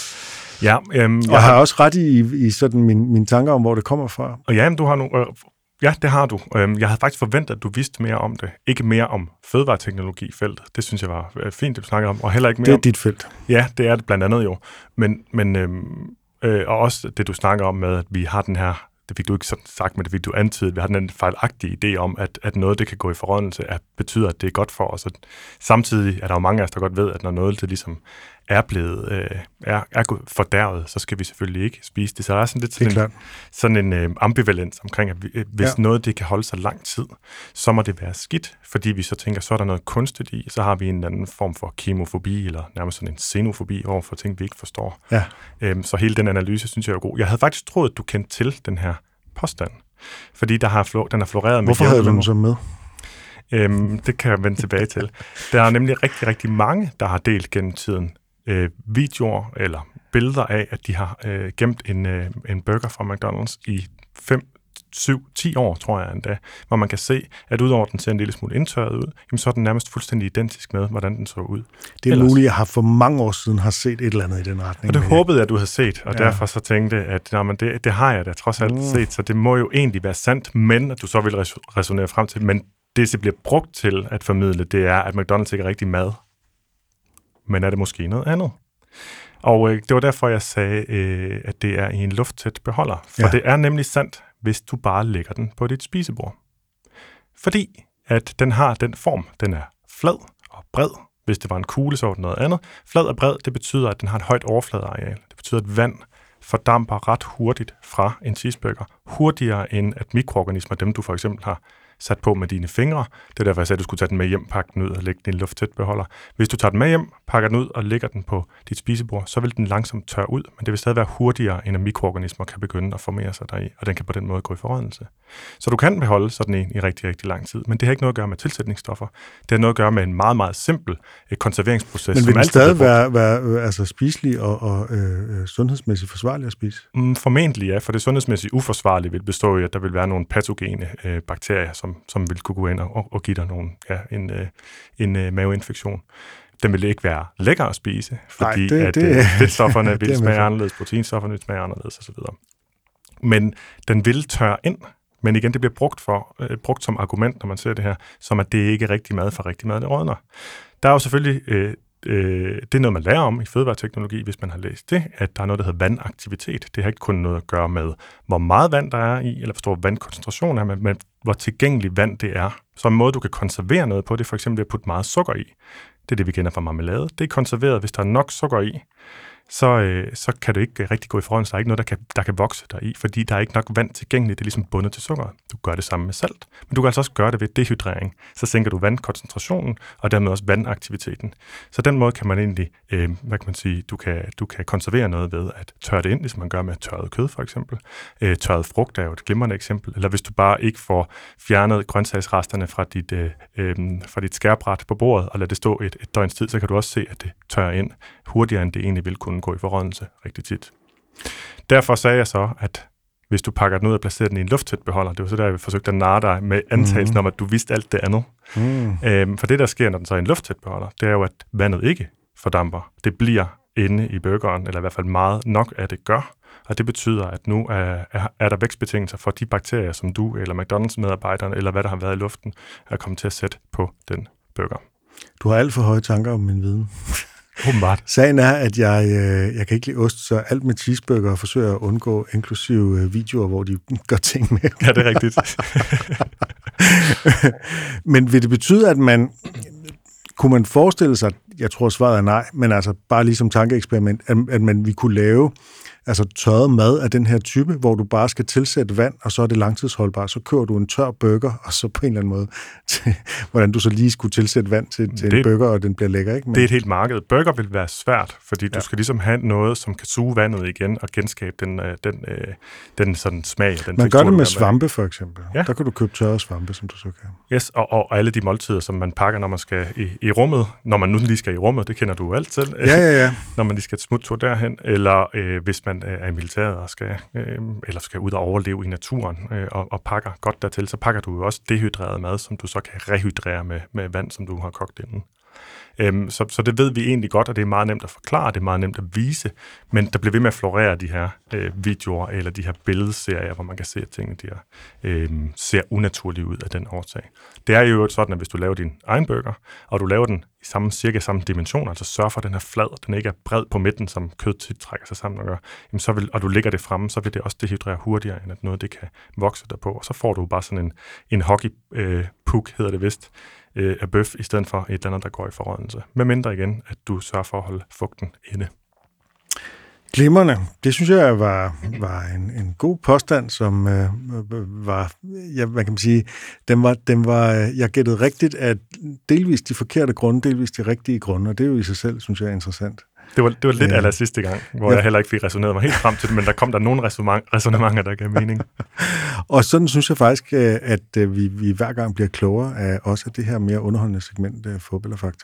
Ja, øhm, og jeg har også ret i, i sådan mine, mine tanker om, hvor det kommer fra. Og ja, du har nogle, øh, Ja, det har du. Jeg havde faktisk forventet, at du vidste mere om det. Ikke mere om fødevareteknologi-feltet. Det synes jeg var fint, det du snakkede om. Og heller ikke mere det er om... dit felt. Ja, det er det blandt andet jo. Men, men øhm, øh, og også det, du snakker om med, at vi har den her... Det fik du ikke sådan sagt, men det fik du antydet. Vi har den fejlagtige idé om, at, at noget, det kan gå i forrådnelse, at betyder, at det er godt for os. Og samtidig er der jo mange af os, der godt ved, at når noget, det ligesom er blevet øh, er, er fordærvet, så skal vi selvfølgelig ikke spise det. Så der er sådan lidt sådan en, sådan en øh, ambivalens omkring, at vi, øh, hvis ja. noget, det kan holde sig lang tid, så må det være skidt, fordi vi så tænker, så er der noget kunstigt i, så har vi en eller anden form for kemofobi, eller nærmest sådan en xenofobi over for ting, vi ikke forstår. Ja. Øhm, så hele den analyse, synes jeg er god. Jeg havde faktisk troet, at du kendte til den her påstand, fordi der har flor- den har floreret med... Hvorfor havde du den så med? Øhm, det kan jeg vende tilbage til. Der er nemlig rigtig, rigtig mange, der har delt gennem tiden øh, videoer eller billeder af, at de har øh, gemt en, øh, en burger fra McDonald's i fem, syv, ti år, tror jeg endda, hvor man kan se, at udover den ser en lille smule indtørret ud, jamen, så er den nærmest fuldstændig identisk med, hvordan den så ud. Det er Ellers. muligt, at jeg har for mange år siden har set et eller andet i den retning. Og det håbede jeg, at du havde set, og ja. derfor så tænkte jeg, at jamen, det, det har jeg da trods alt mm. set, så det må jo egentlig være sandt, men at du så vil resonere frem til, men det, det bliver brugt til at formidle, det er, at McDonald's ikke er rigtig mad, men er det måske noget andet? Og øh, det var derfor, jeg sagde, øh, at det er i en lufttæt beholder, for ja. det er nemlig sandt, hvis du bare lægger den på dit spisebord. Fordi at den har den form, den er flad og bred. Hvis det var en kugle, så var det noget andet. Flad og bred, det betyder, at den har et højt overfladeareal. Det betyder, at vand fordamper ret hurtigt fra en cheeseburger. Hurtigere end at mikroorganismer, dem du for eksempel har sat på med dine fingre. Det er derfor, jeg sagde, at du skulle tage den med hjem, pakke den ud og lægge den i en lufttæt beholder. Hvis du tager den med hjem, pakker den ud og lægger den på dit spisebord, så vil den langsomt tørre ud, men det vil stadig være hurtigere, end at mikroorganismer kan begynde at formere sig deri, og den kan på den måde gå i forrådnelse. Så du kan beholde sådan en i rigtig, rigtig lang tid, men det har ikke noget at gøre med tilsætningsstoffer. Det har noget at gøre med en meget, meget simpel eh, konserveringsproces. Men vil den stadig være, være øh, altså spiselig og, og øh, sundhedsmæssigt forsvarlig at spise? Mm, formentlig ja, for det sundhedsmæssigt uforsvarlige vil bestå i, at der vil være nogle patogene øh, bakterier, som, som vil kunne gå ind og, og give dig nogle, ja, en, øh, en øh, maveinfektion. Den vil ikke være lækker at spise, fordi Nej, det, at det, fedtstofferne vil smage anderledes, proteinstofferne vil smage anderledes osv. Men den vil tørre ind. Men igen, det bliver brugt, for, øh, brugt som argument, når man ser det her, som at det ikke er rigtig mad for rigtig mad, det rådner. Der er jo selvfølgelig, øh, øh, det er noget, man lærer om i fødevareteknologi, hvis man har læst det, at der er noget, der hedder vandaktivitet. Det har ikke kun noget at gøre med, hvor meget vand der er i, eller hvor stor vandkoncentration er, men, men hvor tilgængelig vand det er. Så en måde, du kan konservere noget på, det er for eksempel at putte meget sukker i. Det er det, vi kender fra marmelade. Det er konserveret, hvis der er nok sukker i. Så, øh, så kan det ikke rigtig gå i forhånd, så der er ikke noget, der kan, der kan vokse deri, fordi der er ikke nok vand tilgængeligt. Det er ligesom bundet til sukker. Du gør det samme med salt, men du kan altså også gøre det ved dehydrering. Så sænker du vandkoncentrationen, og dermed også vandaktiviteten. Så den måde kan man egentlig, øh, hvad kan man sige, du kan, du kan konservere noget ved at tørre det ind, ligesom man gør med tørret kød for eksempel. Øh, tørret frugt er jo et glimrende eksempel. Eller hvis du bare ikke får fjernet grøntsagsresterne fra dit, øh, øh, fra dit skærbræt på bordet, og lader det stå et, et døgns tid, så kan du også se, at det tørrer ind hurtigere, end det egentlig vil kunne gå i forrådnelse rigtig tit. Derfor sagde jeg så, at hvis du pakker den ud og placerer den i en lufttæt beholder, det var så der, jeg forsøgte at narre dig med antagelsen mm. om, at du vidste alt det andet. Mm. Øhm, for det, der sker, når den så er i en lufttæt beholder, det er jo, at vandet ikke fordamper. Det bliver inde i burgeren, eller i hvert fald meget nok af det gør. Og det betyder, at nu er, er, er der vækstbetingelser for de bakterier, som du eller McDonald's-medarbejderne, eller hvad der har været i luften, er kommet til at sætte på den burger. Du har alt for høje tanker om min viden. Åbenbart. Sagen er, at jeg, øh, jeg kan ikke lide ost, så alt med cheeseburger forsøger at undgå, inklusive øh, videoer, hvor de gør ting med. Ja, det er rigtigt. Men vil det betyde, at man... Kunne man forestille sig, jeg tror svaret er nej, men altså bare lige som tankeeksperiment, at, at man vi kunne lave altså tørret mad af den her type, hvor du bare skal tilsætte vand, og så er det langtidsholdbart. Så kører du en tør burger, og så på en eller anden måde, til, hvordan du så lige skulle tilsætte vand til, til det, en burger, og den bliver lækker, ikke? Men... Det er et helt marked. Burger vil være svært, fordi ja. du skal ligesom have noget, som kan suge vandet igen, og genskabe den, den, den sådan smag. Den man gør det med svampe, for eksempel. Ja. Der kan du købe tørrede svampe, som du så kan. Yes, og, og alle de måltider, som man pakker, når man skal i, i rummet, når man nu lige skal i rummet, det kender du alt selv. Ja, ja, ja. Når man lige skal et smuttur derhen, eller øh, hvis man er i militæret og skal, øh, eller skal ud og overleve i naturen øh, og, og pakker godt dertil, så pakker du jo også dehydreret mad, som du så kan rehydrere med, med vand, som du har kogt inden. Øhm, så, så det ved vi egentlig godt, og det er meget nemt at forklare, det er meget nemt at vise, men der bliver ved med at florere de her øh, videoer, eller de her billedserier, hvor man kan se, at tingene de er, øh, ser unaturlige ud af den årsag. Det er jo sådan, at hvis du laver din egen burger, og du laver den i samme, cirka samme dimension, altså sørg for, at den er flad, den ikke er bred på midten, som kød trækker sig sammen og gør, jamen så vil, og du lægger det fremme, så vil det også dehydrere hurtigere, end at noget det kan vokse derpå, og så får du bare sådan en, en hockey-puk, øh, hedder det vist, øh, af bøf, i stedet for et eller andet, der går i forrådnelse. Med mindre igen, at du sørger for at holde fugten inde. Glimrende. Det synes jeg var, var en, en god påstand, som øh, var, ja, hvad kan man sige, den var, den var, jeg gættede rigtigt, at delvis de forkerte grunde, delvis de rigtige grunde, og det er jo i sig selv, synes jeg, er interessant. Det var, det var lidt øh, aller sidste gang, hvor ja. jeg heller ikke fik resoneret mig helt frem til det, men der kom der nogle resonemanger, der gav mening. Og sådan synes jeg faktisk, at vi, vi hver gang bliver klogere af også det her mere underholdende segment af Fup eller Fakta.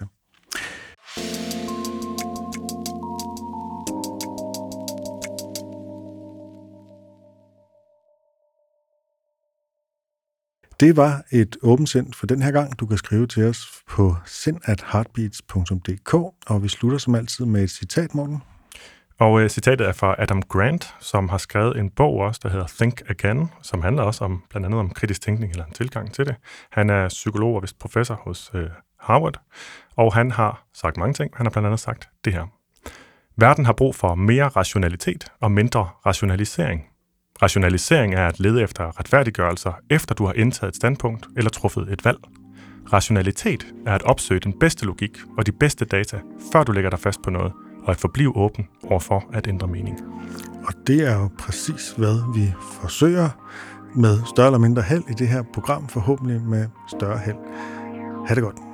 Det var et åbent sind for den her gang. Du kan skrive til os på sind at heartbeats punktum d k, og vi slutter som altid med et citat, Morten. Og øh, citatet er fra Adam Grant, som har skrevet en bog også, der hedder Think Again, som handler også om blandt andet om kritisk tænkning eller en tilgang til det. Han er psykolog og vist professor hos øh, Harvard, og han har sagt mange ting. Han har blandt andet sagt det her. Verden har brug for mere rationalitet og mindre rationalisering. Rationalisering er at lede efter retfærdiggørelser, efter du har indtaget et standpunkt eller truffet et valg. Rationalitet er at opsøge den bedste logik og de bedste data, før du lægger dig fast på noget, og at forblive åben overfor at ændre mening. Og det er jo præcis, hvad vi forsøger med større eller mindre held i det her program, forhåbentlig med større held. Ha' det godt.